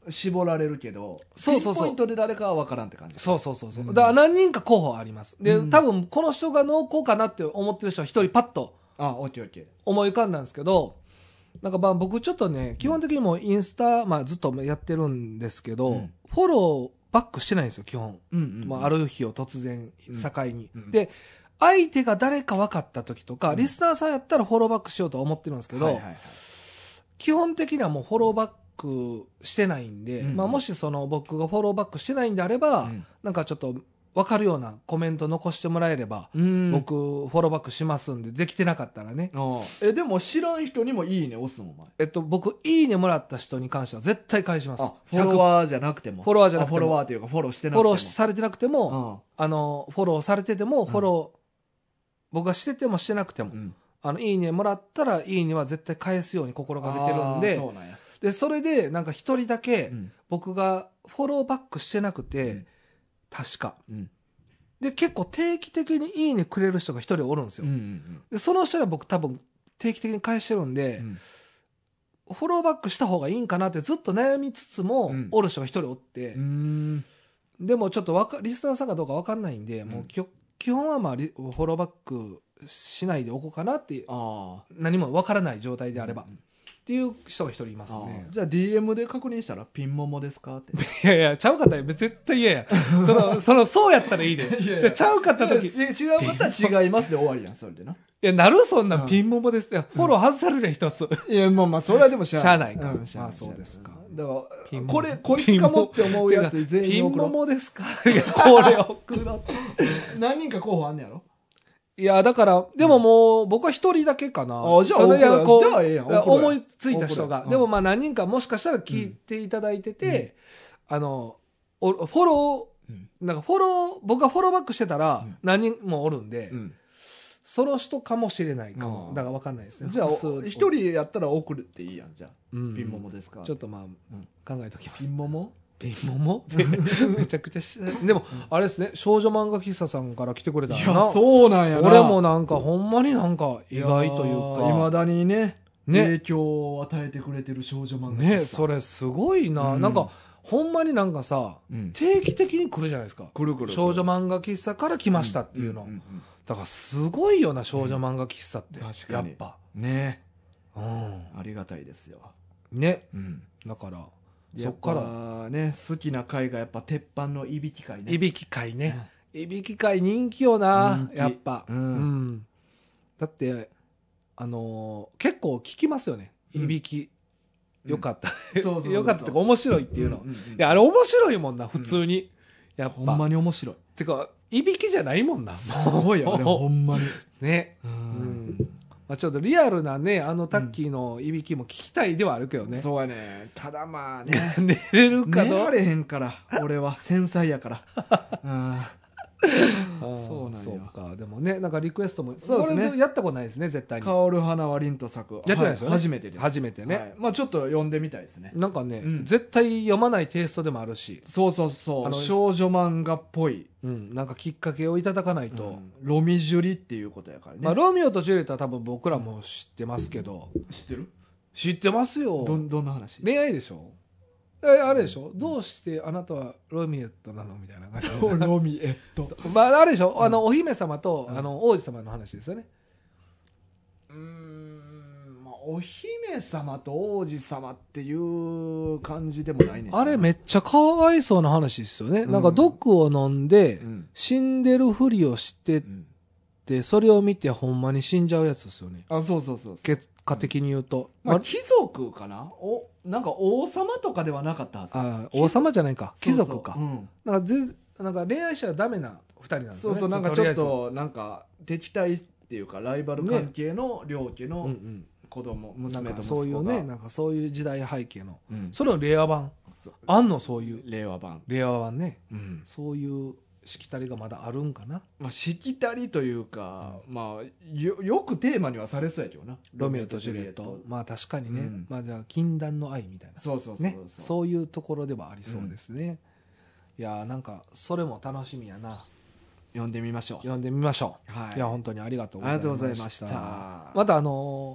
絞られるけど、 そうそうそうピンポイントで誰かは分からんって感じ。 そうそうそうそう、 うんだから何人か候補ありますで、 うん多分この人が濃厚かなって思ってる人は一人パッとあ、オッケーオッケー。 思い浮かんだんですけど、なんかまあ僕ちょっとね基本的にもうインスタ、まあ、ずっとやってるんですけど、 うんフォローバックしてないんですよ基本、 うんうんうん、 まあ、ある日を突然境に、 うんで相手が誰か分かった時とか、 うんリスナーさんやったらフォローバックしようとは思ってるんですけど、 はいはいはい、 基本的にはもうフォローバックしてないんで、 うんまあ、もしその僕がフォローバックしてないんであれば、 うんなんかちょっと分かるようなコメント残してもらえれば、 うん僕フォローバックしますんで、できてなかったらね、 ああえでも知らん人にもいいね押すのお前。 えっと、僕いいねもらった人に関しては絶対返します。 あフォロワーじゃなくてもフォロワーじゃなくてもあフォロワーというかフォローしてなくフォてもローされてなくても、あのフォローされててもフォロー、僕がしててもしてなくても、 うんうんあのいいねもらったらいいねは絶対返すように心がけてるんで、 あーそうなんや、 でそれでなんか一人だけうん僕がフォローバックしてなくて、 うん確かうんで結構定期的にいいねくれる人が一人おるんですよ、 うんうんでその人は僕多分定期的に返してるんで、 うんフォローバックした方がいいんかなってずっと悩みつつも、 うんおる人が一人おって、 うーんでもちょっとわかリスナーさんかどうか分かんないんで、 うんもうきょ基本はまあリフォローバックしないでおこうかなってああ何も分からない状態であれば、 うんうんっていう人が一人いますあねあ。じゃあ ディーエム で確認したらピンモモですかっていやいやちゃうかったら絶対嫌やそのそのそうやったらいいでいやいやじゃあちゃうかった時いいやち違うかったら違いますで終わりやんそれでな。 やなるそんなうんピンモモですってフォロー外されるやん一つ、 いやまあまあそれはでもしゃしゃあないかうんしゃあないまあそうですかだからピンモモこれこいつかもって思うやつ全ピン員送ろう。 モモですかいやこれ送ろうって何人か候補あんねやろ。 いやだからでももう僕は一人だけかな、 あじゃあそれいやこうじゃあええやん送ろうや思いついた人が、 送ろうやでもまあ何人かもしかしたら聞いていただいてて、あのおフォロうんーなんかフォロー僕がフォローバックしてたらうん何人もおるんで、 うんその人かもしれないかもあーだから分かんないですねじゃあ複数一人やったら送るっていいやん。じゃあうんピンモモですか。 ちょっとまあ、 ん考えときますピンモモピンモモってめちゃくちゃしでもあれですね少女漫画喫茶さんから来てくれたいらなやそうなんやな。 これもなんかほんまになんか意外というかいまだにねね影響を与えてくれてる少女漫画ねそれすごいな、 うんなんかほんまになんかさうん定期的に来るじゃないですかくるくる少女漫画喫茶から来ましたっていうの、 んんんだからすごいよな少女漫画喫茶って、 うん確かにやっぱ、 ねうん、 ありがたいですよ。 ねうんだからそっそっからからね好きな回がやっぱ鉄板のいびき会ね。 いびき会ね、いびき会人気よな人気やっぱ、 うんだってあのー結構聞きますよねうんいびき、よかった、 そうそうそうそうよかったってか面白いっていうの、 んんんいやあれ面白いもんな普通に、やっぱほんまに面白い。 てかいびきじゃないもんなすごいよあれほんまに。 ね、 ううんんまあ、ちょっとリアルなねあのタッキーのいびきも聞きたいではあるけどね、 そうやね。ただまあね寝れるかどう寝られへんから俺は繊細やから。うんあーそうなんよそうかでもねなんかリクエストもそうですねこれやったことないですね絶対に香る花は凛と咲く。 やってないですよねは初めてです。 初めてねはいまあちょっと読んでみたいですね。 なんかね、 うん絶対読まないテイストでもあるし、 そうそうそうあの少女漫画っぽい、 うん、なんかきっかけをいただかないと、 うんロミジュリっていうことやからね。 まあ、ロミオとジュリエットは多分僕らも知ってますけど、 知ってる？ 知ってますよどんどんな話？ 恋愛でしょえあれでしょどうしてあなたはロミエットなのみたいな感じロミエット。 まああれでしょ、 うんあのお姫様と、 うんあの王子様の話ですよね。 うーんまあお姫様と王子様っていう感じでもないね。 あれめっちゃかわいそうな話ですよね、 うんなんか毒を飲んで、 うん死んでるふりをしてうんってそれを見てほんまに死んじゃうやつですよねあそうそうそうそう。 結果的に言うと、ままあ貴族かな？おなんか王様とかではなかったはず。 あ王様じゃないか貴族かそうそううんなんかぜなんか恋愛者はダメなふたりなんですよねそうそうなんかちょっりあえとなんか敵対っていうかライバル関係の両家ずうんのうん子供、 なんか娘と息子がそういうねなんかそういう時代背景のうんそれの令和版そうあんのそういう令和版、 令和版ねうんそういうしきたりがまだあるんかなまあ、しきたりというか、まあ、よよくテーマにはされそうやけどなロミオとジュリエットまあ確かにね、 うんまあじゃあ禁断の愛みたいなそうそうそうねそう、 そういうところではありそうですね、いやーなんかそれも楽しみやな読んでみましょう。 読んでみましょう、 はいいや本当にありがとうごありざいましたがとうございました。 またあのー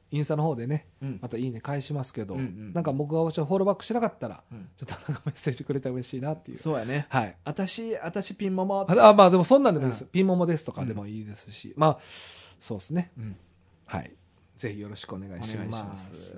インスタの方でね、 うん、 またいいね返しますけど、 うんうん、 なんか僕がフォローバックしなかったら、 うん、 ちょっとなんかメッセージくれたら嬉しいなっていう。 そうやね。 はい。 私、私ピンママ。 あ、まあでもそんなんでもいいです。うん、ピンモモですとかでもいいですし、うん、まあ、そうですね、うん。はい。ぜひよろしくお願いします。お願いします。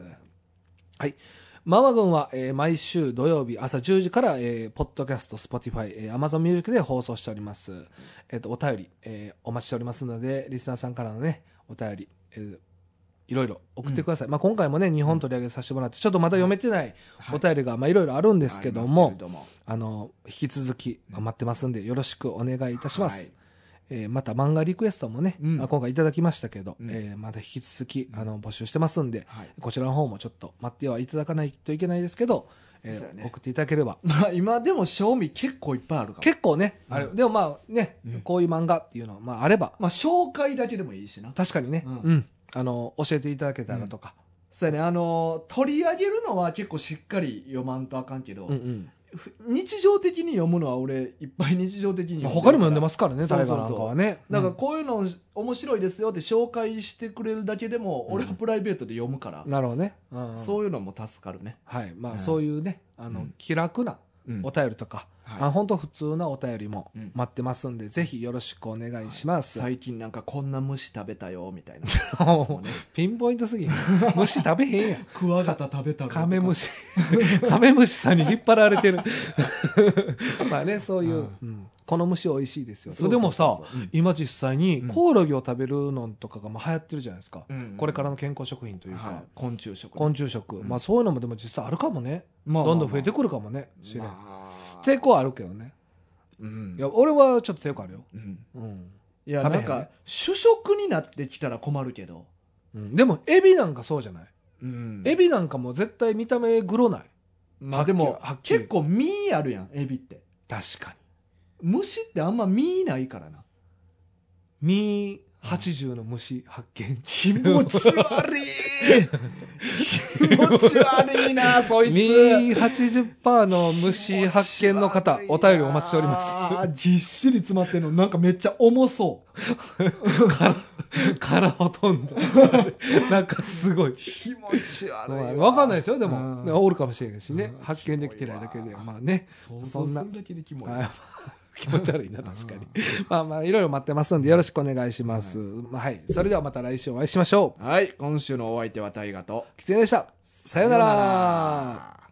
はい。ママ軍は、えー、毎週土曜日朝じゅうじから、えー、ポッドキャスト、スポティファイ、えー、アマゾンミュージックで放送しております。うん、えっと、お便り、えー、お待ちしておりますので、リスナーさんからのね、お便り、えー、いろいろ送ってください。うん、まあ今回もね、日本取り上げさせてもらって、ちょっとまだ読めてないお便りが、はい、まあいろいろあるんですけども、あ, もあの、引き続き待ってますんで、よろしくお願いいたします。はい、えー、また漫画リクエストもね、うん、まあ、今回いただきましたけど、うん、えー、また引き続き、あの募集してますんで、はい、こちらの方もちょっと待ってはいただかないといけないですけど、えーね、送っていただければ。 まあ今でも賞味結構いっぱいあるから。 結構ね、うん、あれでもまあね、うん、こういう漫画っていうのはまああれば。 まあ紹介だけでもいいしな。 確かにね、うん、うん、あの教えていただけたらとか。うん、 そうやね、あの取り上げるのは結構しっかり読まんとあかんけど、うんうん、日常的に読むのは俺いっぱい日常的に読んでるから。 他にも読んでますからね、大河なんかはね。 だからこういうの面白いですよって紹介してくれるだけでも、うん、俺はプライベートで読むから。 なるほどね。 うんうん、そういうのも助かるね。 はい、まあ、うん、そういうね、あの、うん、気楽なお便りとか、うん、あ、本当普通なお便りも待ってますんで、うん、ぜひよろしくお願いします。 はい、最近なんかこんな虫食べたよみたいな、 ね、ピンポイントすぎん。虫食べへんやん。 クワガタ食べたのカメムシカメムシさんに引っ張られてる。まあね、そういう、うん、この虫美味しいですよ。そうそうそうそう。でもさ、うん、今実際にコオロギを食べるのとかがまあ流行ってるじゃないですか、うん、これからの健康食品というか、はい、 昆虫食、ね、 昆虫食、うん、まあそういうのもでも実際あるかもね、まあまあまあ、どんどん増えてくるかもね、知れん、まあ、抵抗はあるけどね、うん、いや俺はちょっと抵抗あるよ、うんうん、 いやなんか主食になってきたら困るけど、 うん、でもエビなんかそうじゃない、うん、エビなんかも絶対見た目グロない、 まあでも結構身あるやんエビって。 確かに虫ってあんま身ないからな。 身はちじゅうの虫発見。 気持ち悪い気持ち悪いなそいつ。 身 はちじゅっパーセント の虫発見の方お便りお待ちしております。 あぎっしり詰まってんのなんかめっちゃ重そうから殻ほとんどなんかすごい気持ち悪いわ。 分かんないですよでも、うん、おるかもしれないしね、発見できてないだけでまあね想像するだけでキモい気持ち悪いな確かにまあまあいろいろ待ってますんでよろしくお願いします、はいまあはい、それではまた来週お会いしましょう。 はい、今週のお相手は大河とキツネでした。さよなら。